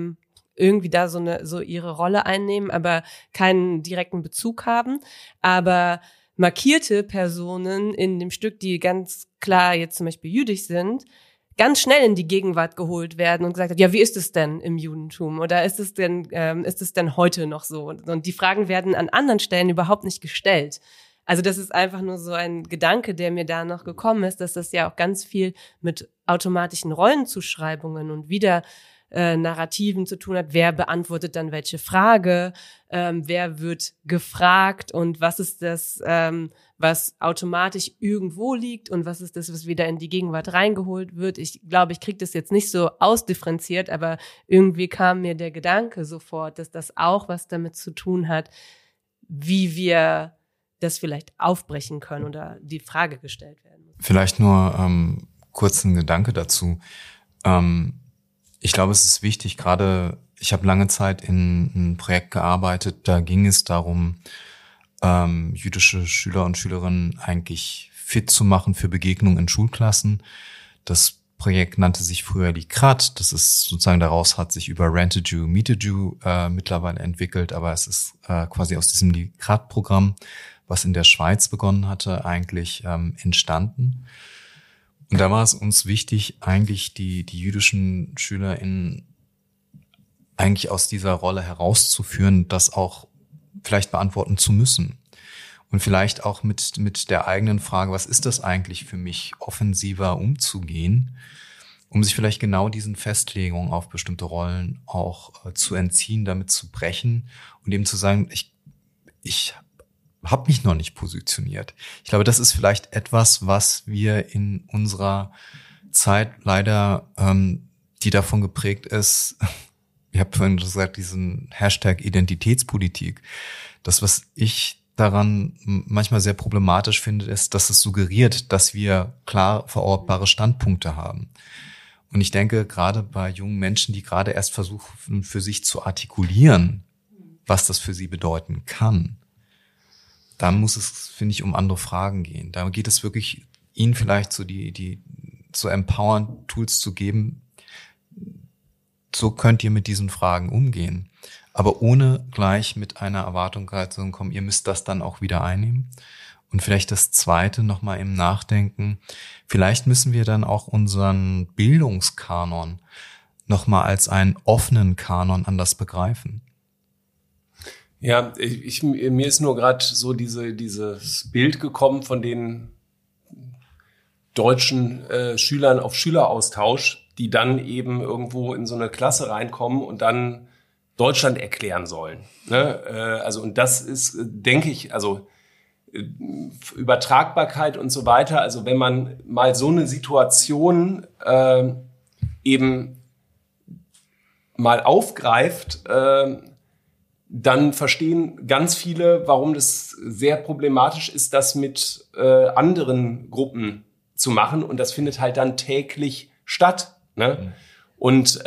da so ihre Rolle einnehmen, aber keinen direkten Bezug haben, aber markierte Personen in dem Stück, die ganz klar jetzt zum Beispiel jüdisch sind, ganz schnell in die Gegenwart geholt werden und gesagt hat, ja, wie ist es denn im Judentum? Oder ist es denn heute noch so? Und die Fragen werden an anderen Stellen überhaupt nicht gestellt. Also das ist einfach nur so ein Gedanke, der mir da noch gekommen ist, dass das ja auch ganz viel mit automatischen Rollenzuschreibungen und Narrativen zu tun hat. Wer beantwortet dann welche Frage? Wer wird gefragt? Und was ist das, was automatisch irgendwo liegt? Und was ist das, was wieder in die Gegenwart reingeholt wird? Ich glaube, ich kriege das jetzt nicht so ausdifferenziert, aber irgendwie kam mir der Gedanke sofort, dass das auch was damit zu tun hat, wie wir das vielleicht aufbrechen können oder die Frage gestellt werden muss. Vielleicht nur kurz ein Gedanke dazu. Ich glaube, es ist wichtig, gerade ich habe lange Zeit in einem Projekt gearbeitet, da ging es darum, jüdische Schüler und Schülerinnen eigentlich fit zu machen für Begegnungen in Schulklassen. Das Projekt nannte sich früher Likrat. Das ist sozusagen, daraus hat sich über Rent a Jew, Meet a Jew mittlerweile entwickelt, aber es ist quasi aus diesem Likrat-Programm, was in der Schweiz begonnen hatte, eigentlich entstanden. Und da war es uns wichtig, eigentlich die jüdischen SchülerInnen eigentlich aus dieser Rolle herauszuführen, das auch vielleicht beantworten zu müssen. Und vielleicht auch mit der eigenen Frage, was ist das eigentlich für mich, offensiver umzugehen, um sich vielleicht genau diesen Festlegungen auf bestimmte Rollen auch zu entziehen, damit zu brechen und eben zu sagen, ich habe mich noch nicht positioniert. Ich glaube, das ist vielleicht etwas, was wir in unserer Zeit leider, die davon geprägt ist, ich habe vorhin gesagt, diesen Hashtag Identitätspolitik. Das, was ich daran manchmal sehr problematisch finde, ist, dass es suggeriert, dass wir klar verortbare Standpunkte haben. Und ich denke, gerade bei jungen Menschen, die gerade erst versuchen, für sich zu artikulieren, was das für sie bedeuten kann, da muss es, finde ich, um andere Fragen gehen. Da geht es wirklich, ihnen vielleicht so die so empowern Tools zu geben. So könnt ihr mit diesen Fragen umgehen. Aber ohne gleich mit einer Erwartung zu kommen, ihr müsst das dann auch wieder einnehmen. Und vielleicht das Zweite nochmal im Nachdenken. Vielleicht müssen wir dann auch unseren Bildungskanon nochmal als einen offenen Kanon anders begreifen. Ja, mir ist nur gerade so dieses Bild gekommen von den deutschen Schülern auf Schüleraustausch, die dann eben irgendwo in so eine Klasse reinkommen und dann Deutschland erklären sollen. Ne? Also und das ist, denke ich, also Übertragbarkeit und so weiter. Also wenn man mal so eine Situation eben mal aufgreift, dann verstehen ganz viele, warum das sehr problematisch ist, das mit anderen Gruppen zu machen. Und das findet halt dann täglich statt. Ne? Mhm. Und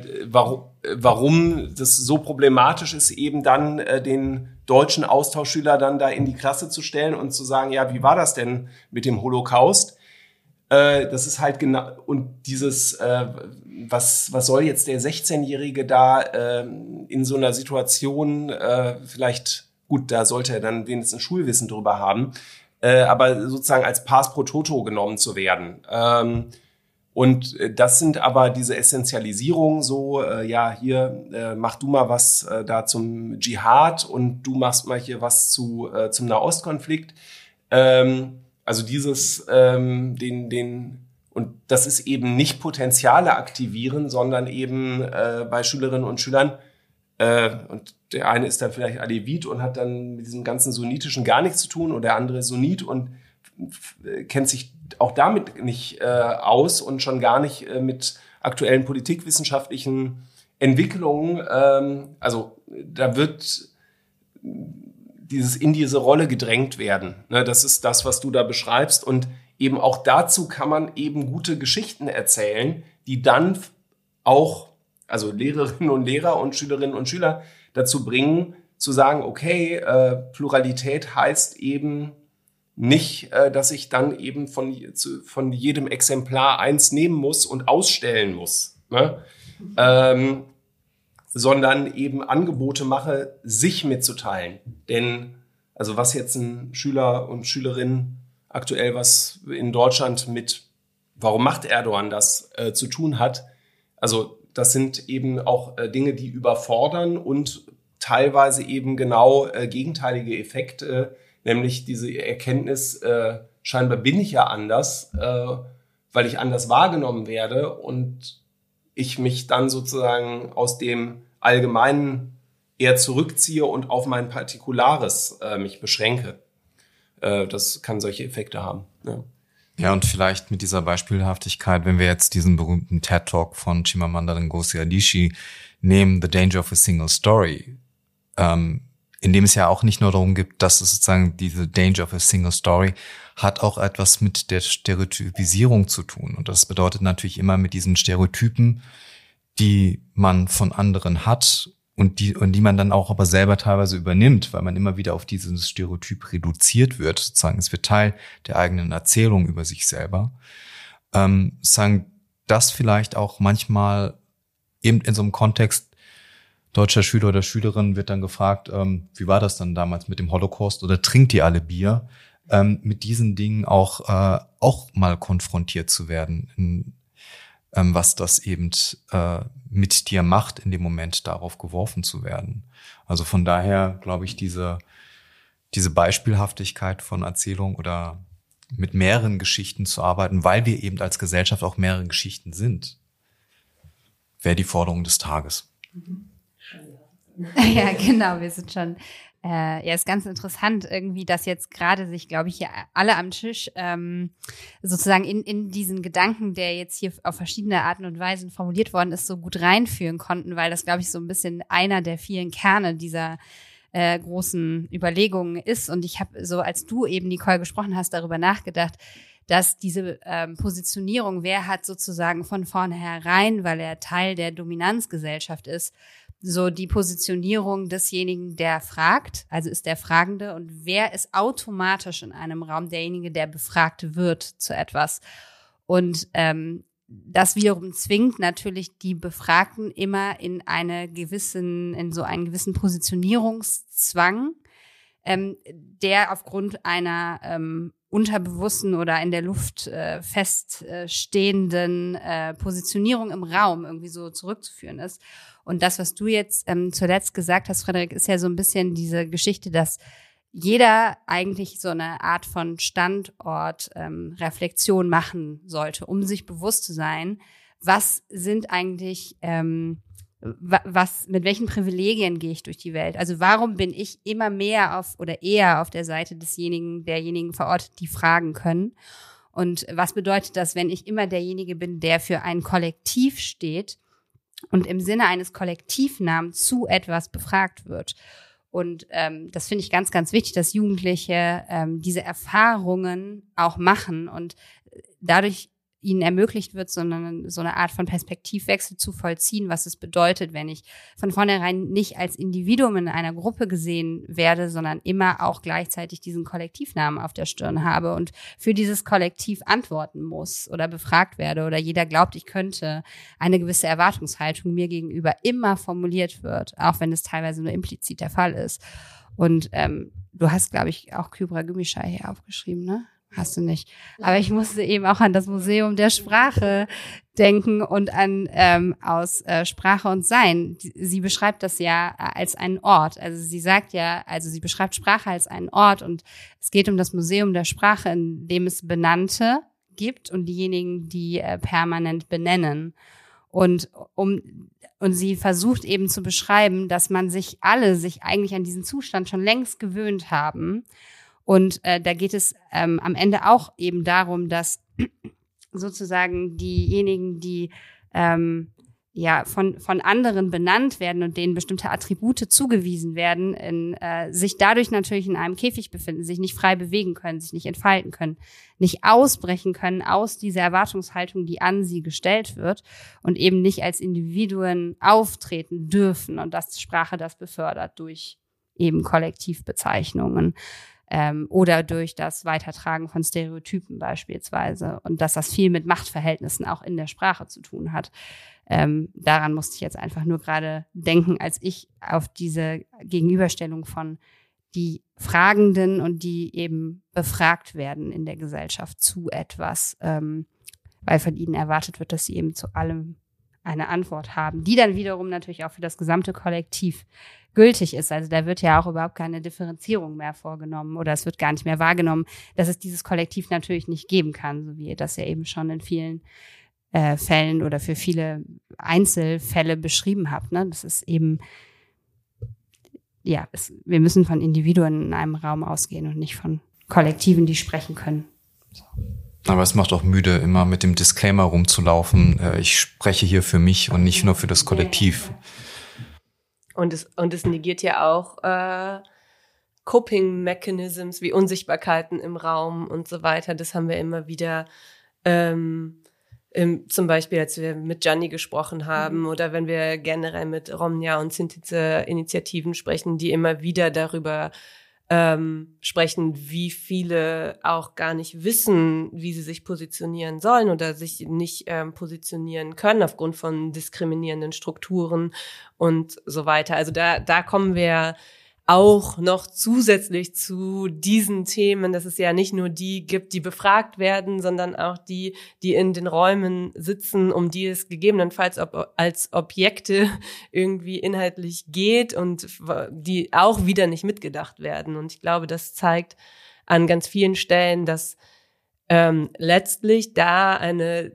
warum das so problematisch ist, eben dann den deutschen Austauschschüler dann da in die Klasse zu stellen und zu sagen, ja, wie war das denn mit dem Holocaust? Das ist halt genau, und dieses, was soll jetzt der 16-Jährige da in so einer Situation, vielleicht, gut, da sollte er dann wenigstens Schulwissen drüber haben, aber sozusagen als Pars pro Toto genommen zu werden. Und das sind aber diese Essentialisierungen so, ja, hier mach du mal was da zum Dschihad und du machst mal hier was zum Nahostkonflikt. Also dieses, und das ist eben nicht Potenziale aktivieren, sondern eben bei Schülerinnen und Schülern, und der eine ist dann vielleicht Alevit und hat dann mit diesem ganzen Sunnitischen gar nichts zu tun, und der andere ist Sunnit und kennt sich auch damit nicht aus und schon gar nicht mit aktuellen politikwissenschaftlichen Entwicklungen. Also da wird dieses in diese Rolle gedrängt werden. Ne, das ist das, was du da beschreibst. Und eben auch dazu kann man eben gute Geschichten erzählen, die dann auch, also Lehrerinnen und Lehrer und Schülerinnen und Schüler dazu bringen, zu sagen, okay, Pluralität heißt eben nicht, dass ich dann eben von jedem Exemplar eins nehmen muss und ausstellen muss, ne? Sondern eben Angebote mache, sich mitzuteilen. Denn, also was jetzt ein Schüler und Schülerin aktuell was in Deutschland mit, warum macht Erdogan das, zu tun hat, also das sind eben auch Dinge, die überfordern und teilweise eben genau gegenteilige Effekte, nämlich diese Erkenntnis, scheinbar bin ich ja anders, weil ich anders wahrgenommen werde, und ich mich dann sozusagen aus dem Allgemeinen eher zurückziehe und auf mein Partikulares mich beschränke. Das kann solche Effekte haben. Ja. Ja, und vielleicht mit dieser Beispielhaftigkeit, wenn wir jetzt diesen berühmten TED-Talk von Chimamanda Ngozi Adichie nehmen, The Danger of a Single Story, in dem es ja auch nicht nur darum geht, dass es sozusagen diese Danger of a Single Story hat auch etwas mit der Stereotypisierung zu tun. Und das bedeutet natürlich immer mit diesen Stereotypen, die man von anderen hat und die man dann auch aber selber teilweise übernimmt, weil man immer wieder auf dieses Stereotyp reduziert wird. Sozusagen, es wird Teil der eigenen Erzählung über sich selber. Sagen, das vielleicht auch manchmal eben in so einem Kontext deutscher Schüler oder Schülerin wird dann gefragt, wie war das dann damals mit dem Holocaust oder trinkt ihr alle Bier? Mit diesen Dingen auch mal konfrontiert zu werden, was das eben mit dir macht, in dem Moment darauf geworfen zu werden. Also von daher glaube ich, diese Beispielhaftigkeit von Erzählung oder mit mehreren Geschichten zu arbeiten, weil wir eben als Gesellschaft auch mehrere Geschichten sind, wäre die Forderung des Tages. Ja, genau, wir sind schon. Ja, ist ganz interessant irgendwie, dass jetzt gerade sich, glaube ich, hier alle am Tisch sozusagen in diesen Gedanken, der jetzt hier auf verschiedene Arten und Weisen formuliert worden ist, so gut reinführen konnten, weil das, glaube ich, so ein bisschen einer der vielen Kerne dieser großen Überlegungen ist. Und ich habe so, als du eben, Nicole, gesprochen hast, darüber nachgedacht, dass diese Positionierung, wer hat sozusagen von vornherein, weil er Teil der Dominanzgesellschaft ist, so die Positionierung desjenigen, der fragt, also ist der Fragende, und wer ist automatisch in einem Raum derjenige, der befragt wird zu etwas. Und das wiederum zwingt natürlich die Befragten immer in so einen gewissen Positionierungszwang, der aufgrund einer unterbewussten oder in der Luft feststehenden Positionierung im Raum irgendwie so zurückzuführen ist. Und das, was du jetzt zuletzt gesagt hast, Frederik, ist ja so ein bisschen diese Geschichte, dass jeder eigentlich so eine Art von Standortreflexion machen sollte, um sich bewusst zu sein, was sind eigentlich, mit welchen Privilegien gehe ich durch die Welt? Also warum bin ich immer mehr eher auf der Seite derjenigen verortet, die fragen können? Und was bedeutet das, wenn ich immer derjenige bin, der für ein Kollektiv steht und im Sinne eines Kollektivnamens zu etwas befragt wird? Und das finde ich ganz, ganz wichtig, dass Jugendliche diese Erfahrungen auch machen und dadurch ihnen ermöglicht wird, so eine Art von Perspektivwechsel zu vollziehen, was es bedeutet, wenn ich von vornherein nicht als Individuum in einer Gruppe gesehen werde, sondern immer auch gleichzeitig diesen Kollektivnamen auf der Stirn habe und für dieses Kollektiv antworten muss oder befragt werde oder jeder glaubt, ich könnte, eine gewisse Erwartungshaltung mir gegenüber immer formuliert wird, auch wenn es teilweise nur implizit der Fall ist. Und du hast, glaube ich, auch Kübra Gümüşay hier aufgeschrieben, ne? Hast du nicht. Aber ich musste eben auch an das Museum der Sprache denken und an aus Sprache und Sein. Sie beschreibt das ja als einen Ort. Also sie beschreibt Sprache als einen Ort und es geht um das Museum der Sprache, in dem es Benannte gibt und diejenigen, die permanent benennen. Und sie versucht eben zu beschreiben, dass alle sich eigentlich an diesen Zustand schon längst gewöhnt haben. Und da geht es am Ende auch eben darum, dass sozusagen diejenigen, die von anderen benannt werden und denen bestimmte Attribute zugewiesen werden, sich dadurch natürlich in einem Käfig befinden, sich nicht frei bewegen können, sich nicht entfalten können, nicht ausbrechen können aus dieser Erwartungshaltung, die an sie gestellt wird und eben nicht als Individuen auftreten dürfen und dass Sprache das befördert durch eben Kollektivbezeichnungen. Oder durch das Weitertragen von Stereotypen beispielsweise und dass das viel mit Machtverhältnissen auch in der Sprache zu tun hat. Daran musste ich jetzt einfach nur gerade denken, als ich auf diese Gegenüberstellung von die Fragenden und die eben befragt werden in der Gesellschaft zu etwas, weil von ihnen erwartet wird, dass sie eben zu allem eine Antwort haben, die dann wiederum natürlich auch für das gesamte Kollektiv gültig ist. Also da wird ja auch überhaupt keine Differenzierung mehr vorgenommen oder es wird gar nicht mehr wahrgenommen, dass es dieses Kollektiv natürlich nicht geben kann, so wie das ja eben schon in vielen Fällen oder für viele Einzelfälle beschrieben habe. Ne? Das ist eben, ja, wir müssen von Individuen in einem Raum ausgehen und nicht von Kollektiven, die sprechen können. So. Aber es macht auch müde, immer mit dem Disclaimer rumzulaufen. Ich spreche hier für mich und nicht nur für das Kollektiv. Und es negiert ja auch Coping Mechanisms wie Unsichtbarkeiten im Raum und so weiter. Das haben wir immer wieder, zum Beispiel, als wir mit Gianni gesprochen haben oder wenn wir generell mit Romnia und Synthese-Initiativen sprechen, die immer wieder darüber sprechen, wie viele auch gar nicht wissen, wie sie sich positionieren sollen oder sich nicht positionieren können aufgrund von diskriminierenden Strukturen und so weiter. Also da kommen wir auch noch zusätzlich zu diesen Themen, dass es ja nicht nur die gibt, die befragt werden, sondern auch die in den Räumen sitzen, um die es gegebenenfalls als Objekte irgendwie inhaltlich geht und die auch wieder nicht mitgedacht werden. Und ich glaube, das zeigt an ganz vielen Stellen, dass letztlich da eine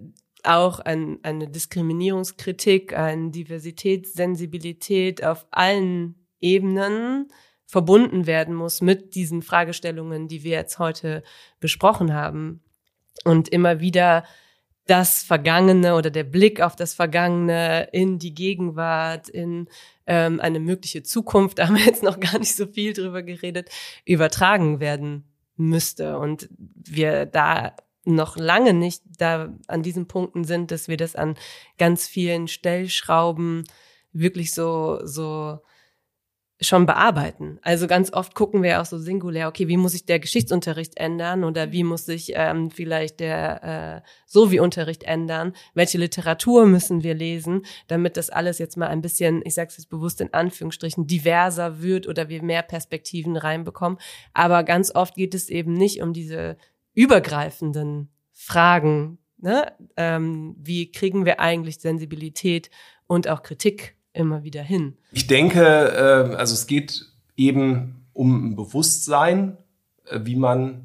Diskriminierungskritik, eine Diversitätssensibilität auf allen Ebenen verbunden werden muss mit diesen Fragestellungen, die wir jetzt heute besprochen haben. Und immer wieder das Vergangene oder der Blick auf das Vergangene in die Gegenwart, in eine mögliche Zukunft, da haben wir jetzt noch gar nicht so viel drüber geredet, übertragen werden müsste. Und wir da noch lange nicht da an diesen Punkten sind, dass wir das an ganz vielen Stellschrauben wirklich so schon bearbeiten. Also ganz oft gucken wir auch so singulär, okay, wie muss sich der Geschichtsunterricht ändern oder wie muss sich vielleicht der Sovi-Unterricht ändern? Welche Literatur müssen wir lesen, damit das alles jetzt mal ein bisschen, ich sage es jetzt bewusst in Anführungsstrichen, diverser wird oder wir mehr Perspektiven reinbekommen. Aber ganz oft geht es eben nicht um diese übergreifenden Fragen, ne? Wie kriegen wir eigentlich Sensibilität und auch Kritik immer wieder hin? Ich denke, also es geht eben um ein Bewusstsein, wie man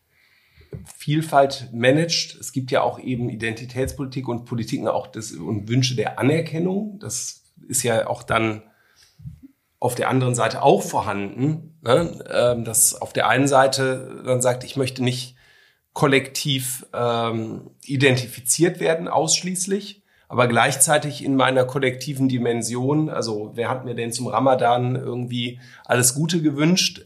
Vielfalt managt. Es gibt ja auch eben Identitätspolitik und Politiken auch und Wünsche der Anerkennung. Das ist ja auch dann auf der anderen Seite auch vorhanden, ne? Dass auf der einen Seite dann sagt, ich möchte nicht kollektiv identifiziert werden ausschließlich, aber gleichzeitig in meiner kollektiven Dimension, also wer hat mir denn zum Ramadan irgendwie alles Gute gewünscht?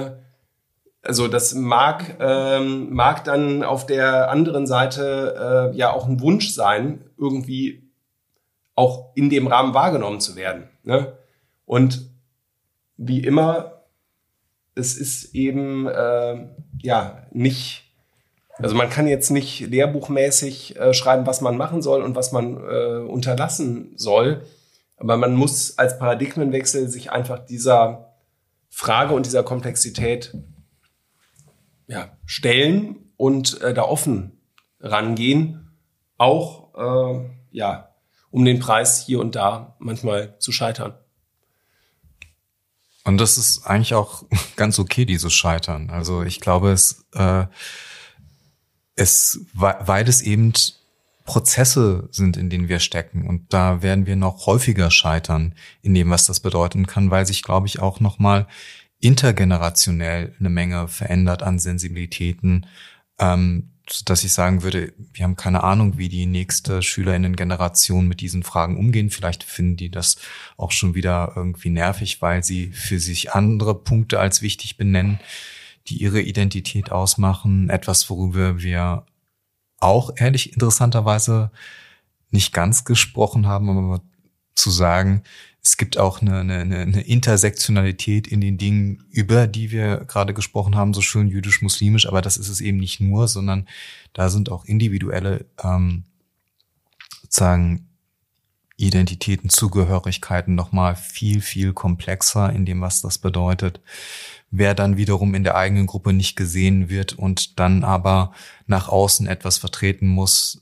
Also das mag dann auf der anderen Seite ja auch ein Wunsch sein, irgendwie auch in dem Rahmen wahrgenommen zu werden, ne? Und wie immer, es ist eben ja nicht. Also man kann jetzt nicht lehrbuchmäßig schreiben, was man machen soll und was man unterlassen soll. Aber man muss als Paradigmenwechsel sich einfach dieser Frage und dieser Komplexität stellen und da offen rangehen. Auch um den Preis hier und da manchmal zu scheitern. Und das ist eigentlich auch ganz okay, dieses Scheitern. Also ich glaube, weil es eben Prozesse sind, in denen wir stecken. Und da werden wir noch häufiger scheitern in dem, was das bedeuten kann, weil sich, glaube ich, auch nochmal intergenerationell eine Menge verändert an Sensibilitäten, dass ich sagen würde, wir haben keine Ahnung, wie die nächste SchülerInnen-Generation mit diesen Fragen umgehen. Vielleicht finden die das auch schon wieder irgendwie nervig, weil sie für sich andere Punkte als wichtig benennen, die ihre Identität ausmachen. Etwas, worüber wir auch ehrlich interessanterweise nicht ganz gesprochen haben, aber zu sagen, es gibt auch eine Intersektionalität in den Dingen, über die wir gerade gesprochen haben, so schön jüdisch-muslimisch, aber das ist es eben nicht nur, sondern da sind auch individuelle sozusagen Identitäten, Zugehörigkeiten nochmal viel, viel komplexer in dem, was das bedeutet. Wer dann wiederum in der eigenen Gruppe nicht gesehen wird und dann aber nach außen etwas vertreten muss.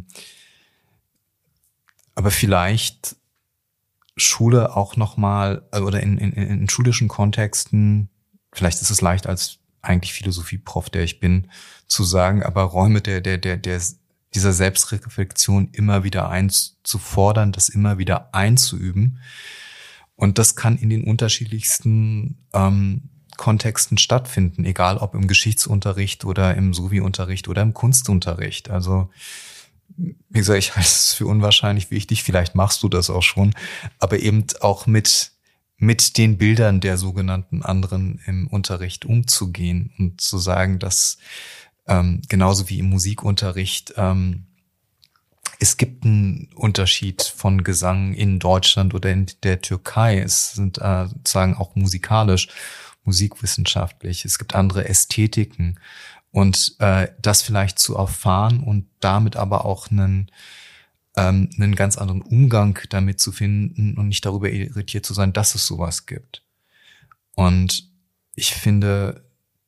Aber vielleicht Schule auch nochmal, oder in schulischen Kontexten, vielleicht ist es leicht als eigentlich Philosophie-Prof, der ich bin, zu sagen, aber Räume der dieser Selbstreflexion immer wieder einzufordern, das immer wieder einzuüben. Und das kann in den unterschiedlichsten Kontexten stattfinden, egal ob im Geschichtsunterricht oder im Sovi-Unterricht oder im Kunstunterricht. Also, wie gesagt, ich halte es für unwahrscheinlich wichtig, vielleicht machst du das auch schon, aber eben auch mit den Bildern der sogenannten anderen im Unterricht umzugehen und zu sagen, dass genauso wie im Musikunterricht es gibt einen Unterschied von Gesang in Deutschland oder in der Türkei. Es sind sozusagen auch musikalisch, musikwissenschaftlich. Es gibt andere Ästhetiken. Und das vielleicht zu erfahren und damit aber auch einen ganz anderen Umgang damit zu finden und nicht darüber irritiert zu sein, dass es sowas gibt. Und ich finde,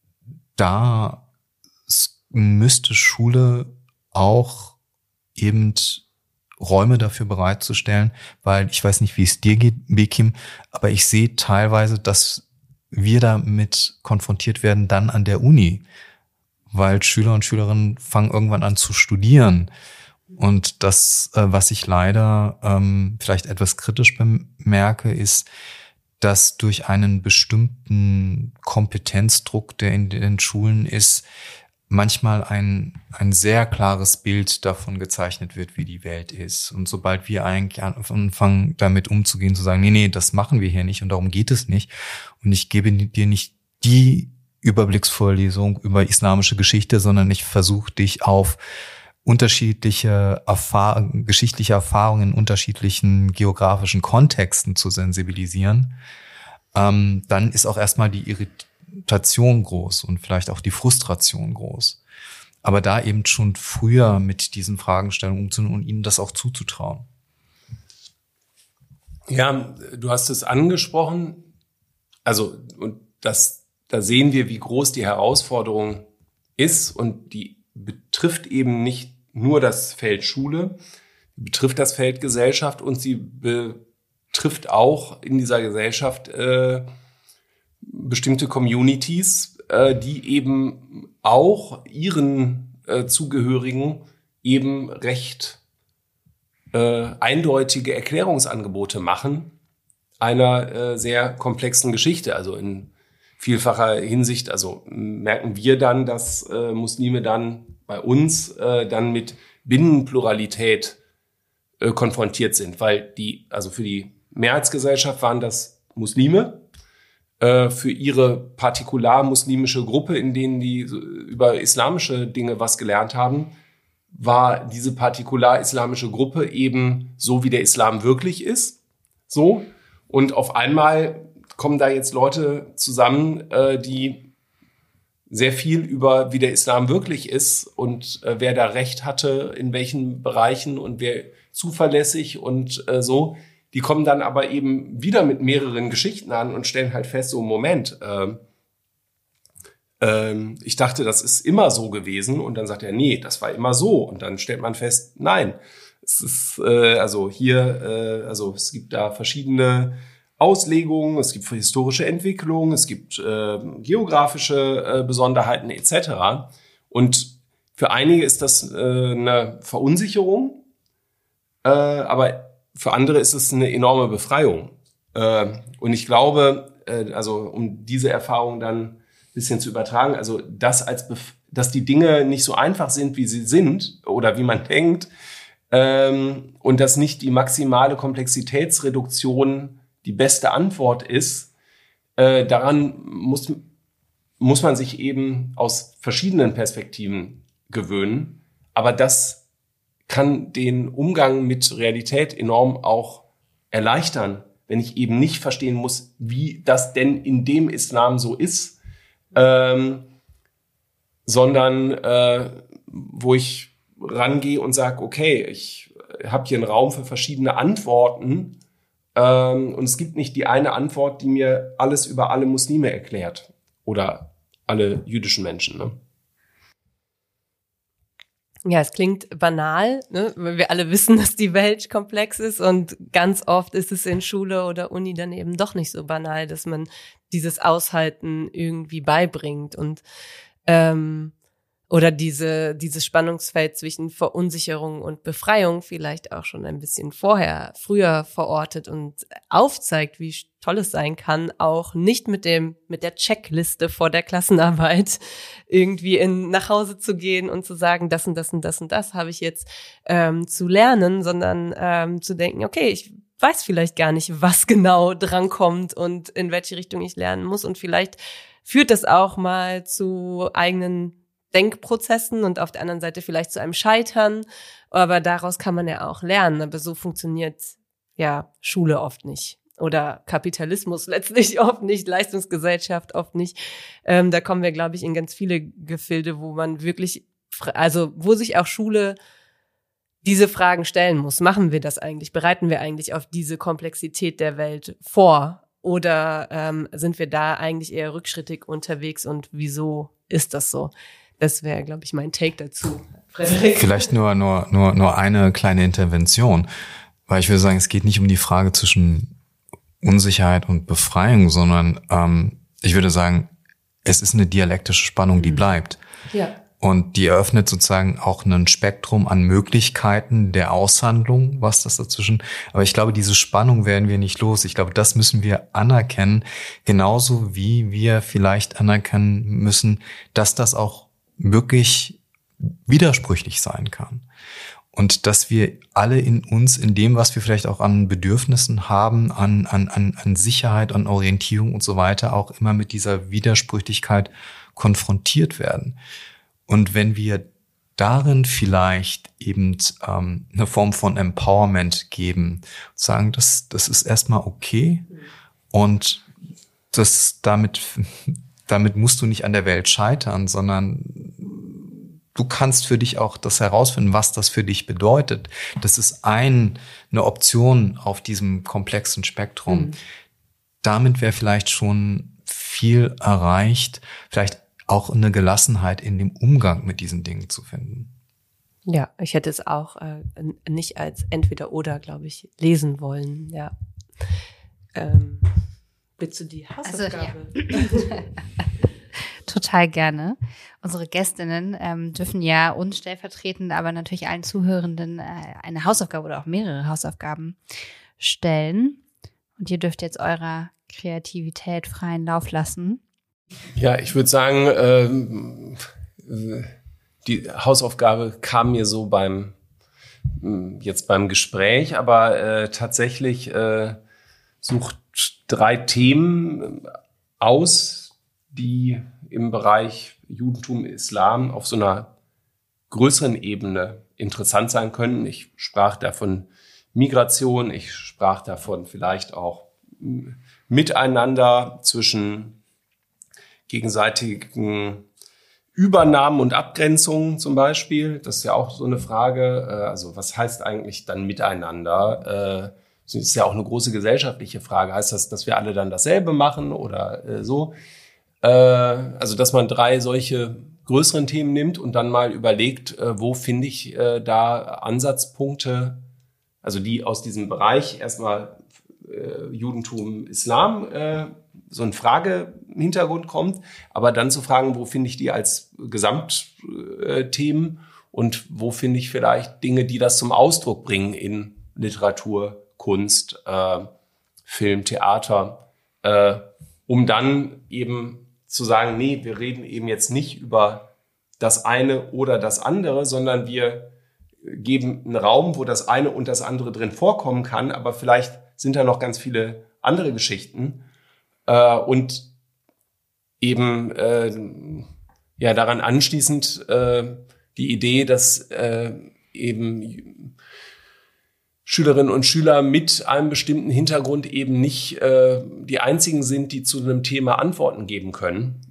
da müsste Schule auch eben Räume dafür bereitzustellen, weil ich weiß nicht, wie es dir geht, Bekim, aber ich sehe teilweise, dass wir damit konfrontiert werden dann an der Uni, weil Schüler und Schülerinnen fangen irgendwann an zu studieren. Und das, was ich leider vielleicht etwas kritisch bemerke, ist, dass durch einen bestimmten Kompetenzdruck, der in den Schulen ist, manchmal ein sehr klares Bild davon gezeichnet wird, wie die Welt ist. Und sobald wir eigentlich anfangen, damit umzugehen, zu sagen, nee, das machen wir hier nicht und darum geht es nicht. Und ich gebe dir nicht die Überblicksvorlesung über islamische Geschichte, sondern ich versuche dich auf unterschiedliche geschichtliche Erfahrungen in unterschiedlichen geografischen Kontexten zu sensibilisieren, dann ist auch erstmal die Irritation groß und vielleicht auch die Frustration groß. Aber da eben schon früher mit diesen Fragestellungen umzugehen und ihnen das auch zuzutrauen. Ja, du hast es angesprochen. Also, und da sehen wir, wie groß die Herausforderung ist. Und die betrifft eben nicht nur das Feld Schule, betrifft das Feld Gesellschaft und sie betrifft auch in dieser Gesellschaft bestimmte Communities, die eben auch ihren Zugehörigen eben recht eindeutige Erklärungsangebote machen einer sehr komplexen Geschichte. Also in vielfacher Hinsicht, also merken wir dann, dass Muslime dann bei uns dann mit Binnenpluralität konfrontiert sind, weil also für die Mehrheitsgesellschaft waren das Muslime, für ihre partikular muslimische Gruppe, in denen die über islamische Dinge was gelernt haben, war diese partikular islamische Gruppe eben so, wie der Islam wirklich ist. So. Und auf einmal kommen da jetzt Leute zusammen, die sehr viel über, wie der Islam wirklich ist und wer da Recht hatte, in welchen Bereichen und wer zuverlässig und so. Die kommen dann aber eben wieder mit mehreren Geschichten an und stellen halt fest, so Moment, ich dachte, das ist immer so gewesen. Und dann sagt er, nee, das war immer so. Und dann stellt man fest, nein, es ist also es gibt da verschiedene Auslegungen, es gibt historische Entwicklung, es gibt geografische Besonderheiten etc. Und für einige ist das eine Verunsicherung, aber für andere ist es eine enorme Befreiung. Und ich glaube, also um diese Erfahrung dann ein bisschen zu übertragen, also dass die Dinge nicht so einfach sind, wie sie sind oder wie man denkt, und dass nicht die maximale Komplexitätsreduktion die beste Antwort ist, daran muss man sich eben aus verschiedenen Perspektiven gewöhnen. Aber das kann den Umgang mit Realität enorm auch erleichtern, wenn ich eben nicht verstehen muss, wie das denn in dem Islam so ist, sondern wo ich rangehe und sage, okay, ich habe hier einen Raum für verschiedene Antworten und es gibt nicht die eine Antwort, die mir alles über alle Muslime erklärt oder alle jüdischen Menschen, ne? Ja, es klingt banal, ne? Weil wir alle wissen, dass die Welt komplex ist und ganz oft ist es in Schule oder Uni dann eben doch nicht so banal, dass man dieses Aushalten irgendwie beibringt und oder dieses Spannungsfeld zwischen Verunsicherung und Befreiung vielleicht auch schon ein bisschen früher verortet und aufzeigt, wie toll es sein kann, auch nicht mit der Checkliste vor der Klassenarbeit irgendwie nach Hause zu gehen und zu sagen, das und das und das und das habe ich jetzt zu lernen, sondern zu denken, okay, ich weiß vielleicht gar nicht, was genau drankommt und in welche Richtung ich lernen muss, und vielleicht führt das auch mal zu eigenen Denkprozessen und auf der anderen Seite vielleicht zu einem Scheitern, aber daraus kann man ja auch lernen. Aber so funktioniert ja Schule oft nicht oder Kapitalismus letztlich oft nicht, Leistungsgesellschaft oft nicht. Da kommen wir, glaube ich, in ganz viele Gefilde, wo man wirklich, wo sich auch Schule diese Fragen stellen muss. Machen wir das eigentlich? Bereiten wir eigentlich auf diese Komplexität der Welt vor? Oder sind wir da eigentlich eher rückschrittig unterwegs, und wieso ist das so? Das wäre, glaube ich, mein Take dazu. Frederik? Vielleicht nur eine kleine Intervention, weil ich würde sagen, es geht nicht um die Frage zwischen Unsicherheit und Befreiung, sondern ich würde sagen, es ist eine dialektische Spannung, die bleibt. Ja. Und die eröffnet sozusagen auch ein Spektrum an Möglichkeiten der Aushandlung, was das dazwischen. Aber ich glaube, diese Spannung werden wir nicht los. Ich glaube, das müssen wir anerkennen, genauso wie wir vielleicht anerkennen müssen, dass das auch wirklich widersprüchlich sein kann. Und dass wir alle in uns, in dem, was wir vielleicht auch an Bedürfnissen haben, an Sicherheit, an Orientierung und so weiter, auch immer mit dieser Widersprüchlichkeit konfrontiert werden. Und wenn wir darin vielleicht eben eine Form von Empowerment geben, sagen, das ist erstmal okay, und damit musst du nicht an der Welt scheitern, sondern du kannst für dich auch das herausfinden, was das für dich bedeutet. Das ist eine Option auf diesem komplexen Spektrum. Mhm. Damit wäre vielleicht schon viel erreicht, vielleicht auch eine Gelassenheit in dem Umgang mit diesen Dingen zu finden. Ja, ich hätte es auch nicht als Entweder-Oder, glaube ich, lesen wollen. Ja. Willst du die Hausaufgabe? Also, ja. Total gerne. Unsere Gästinnen dürfen ja uns stellvertretend, aber natürlich allen Zuhörenden eine Hausaufgabe oder auch mehrere Hausaufgaben stellen. Und ihr dürft jetzt eurer Kreativität freien Lauf lassen. Ja, ich würde sagen, die Hausaufgabe kam mir so beim Gespräch, aber tatsächlich sucht 3 Themen aus, die im Bereich Judentum, Islam auf so einer größeren Ebene interessant sein können. Ich sprach davon Migration, ich sprach davon vielleicht auch Miteinander zwischen gegenseitigen Übernahmen und Abgrenzungen zum Beispiel. Das ist ja auch so eine Frage. Also was heißt eigentlich dann Miteinander? Das ist ja auch eine große gesellschaftliche Frage. Heißt das, dass wir alle dann dasselbe machen oder so? Also dass man 3 solche größeren Themen nimmt und dann mal überlegt, wo finde ich da Ansatzpunkte, also die aus diesem Bereich erstmal Judentum, Islam, so ein Fragehintergrund kommt, aber dann zu fragen, wo finde ich die als Gesamtthemen und wo finde ich vielleicht Dinge, die das zum Ausdruck bringen in Literatur, Kunst, Film, Theater, um dann eben zu sagen, nee, wir reden eben jetzt nicht über das eine oder das andere, sondern wir geben einen Raum, wo das eine und das andere drin vorkommen kann, aber vielleicht sind da noch ganz viele andere Geschichten und eben daran anschließend die Idee, dass eben Schülerinnen und Schüler mit einem bestimmten Hintergrund eben nicht die einzigen sind, die zu einem Thema Antworten geben können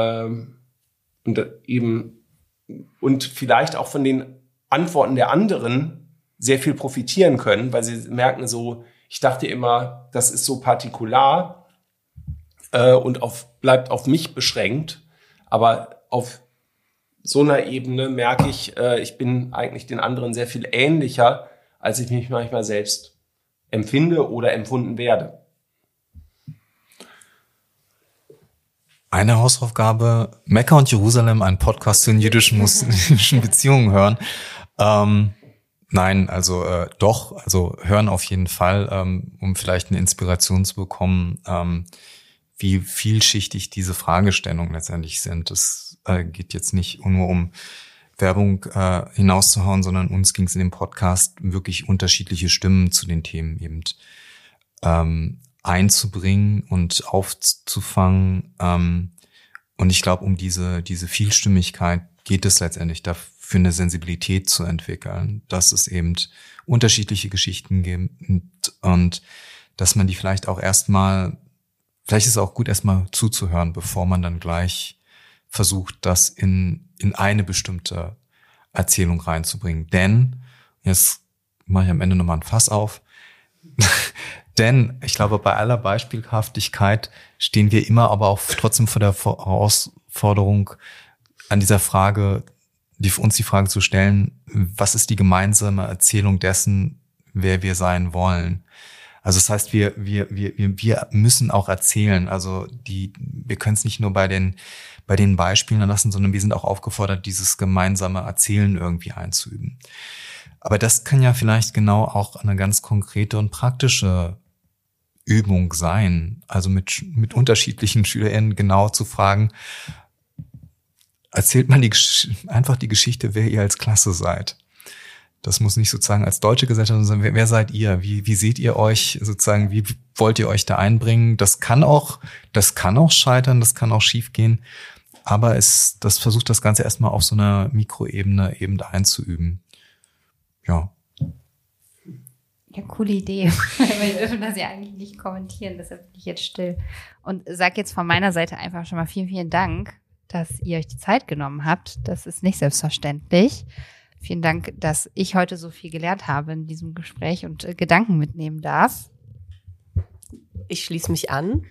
und vielleicht auch von den Antworten der anderen sehr viel profitieren können, weil sie merken so, ich dachte immer, das ist so partikular und bleibt auf mich beschränkt, aber auf so einer Ebene merke ich, ich bin eigentlich den anderen sehr viel ähnlicher, als ich mich manchmal selbst empfinde oder empfunden werde. Eine Hausaufgabe, Mekka und Jerusalem, einen Podcast zu den jüdischen-muslimischen Beziehungen hören. Nein, also doch, also hören auf jeden Fall, um vielleicht eine Inspiration zu bekommen, wie vielschichtig diese Fragestellungen letztendlich sind. Es geht jetzt nicht nur um Werbung hinauszuhauen, sondern uns ging es in dem Podcast wirklich unterschiedliche Stimmen zu den Themen eben einzubringen und aufzufangen. Und ich glaube, um diese Vielstimmigkeit geht es letztendlich dafür, eine Sensibilität zu entwickeln, dass es eben unterschiedliche Geschichten gibt und dass man die vielleicht auch vielleicht ist es auch gut, erstmal zuzuhören, bevor man dann gleich versucht, das in eine bestimmte Erzählung reinzubringen. Denn, jetzt mache ich am Ende nochmal ein Fass auf, denn ich glaube, bei aller Beispielhaftigkeit stehen wir immer aber auch trotzdem vor der Herausforderung, an dieser Frage, uns die Frage zu stellen, was ist die gemeinsame Erzählung dessen, wer wir sein wollen? Also das heißt, wir müssen auch erzählen. Also wir können es nicht nur bei den Beispielen lassen, sondern wir sind auch aufgefordert, dieses gemeinsame Erzählen irgendwie einzuüben. Aber das kann ja vielleicht genau auch eine ganz konkrete und praktische Übung sein. Also mit unterschiedlichen SchülerInnen genau zu fragen, erzählt man einfach die Geschichte, wer ihr als Klasse seid. Das muss nicht sozusagen als deutsche Gesellschaft, sondern wer seid ihr? Wie seht ihr euch sozusagen? Wie wollt ihr euch da einbringen? Das kann auch scheitern, das kann auch schiefgehen. Aber das versucht das Ganze erstmal auf so einer Mikroebene eben einzuüben. Ja. Ja, coole Idee. Wir dürfen das ja eigentlich nicht kommentieren, deshalb bin ich jetzt still. Und sag jetzt von meiner Seite einfach schon mal vielen, vielen Dank, dass ihr euch die Zeit genommen habt. Das ist nicht selbstverständlich. Vielen Dank, dass ich heute so viel gelernt habe in diesem Gespräch und Gedanken mitnehmen darf. Ich schließe mich an.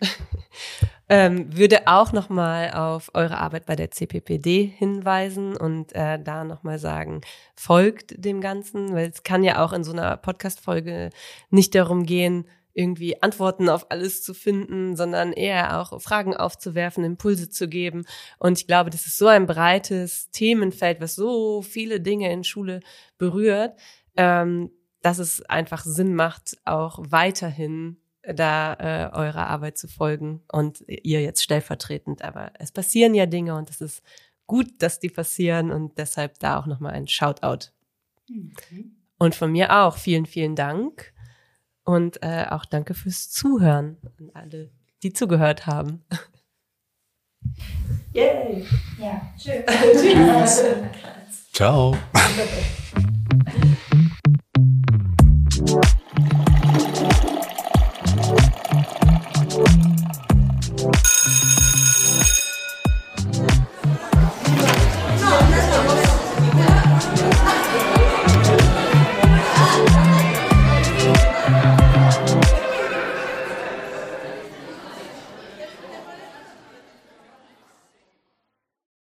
Würde auch nochmal auf eure Arbeit bei der CPPD hinweisen und da nochmal sagen, folgt dem Ganzen, weil es kann ja auch in so einer Podcast-Folge nicht darum gehen, irgendwie Antworten auf alles zu finden, sondern eher auch Fragen aufzuwerfen, Impulse zu geben. Und ich glaube, das ist so ein breites Themenfeld, was so viele Dinge in Schule berührt, dass es einfach Sinn macht, auch weiterhin da eurer Arbeit zu folgen und ihr jetzt stellvertretend. Aber es passieren ja Dinge und es ist gut, dass die passieren und deshalb da auch nochmal ein Shoutout. Mhm. Und von mir auch vielen, vielen Dank. Und auch danke fürs Zuhören an alle, die zugehört haben. Yay! Ja, tschüss. Ciao.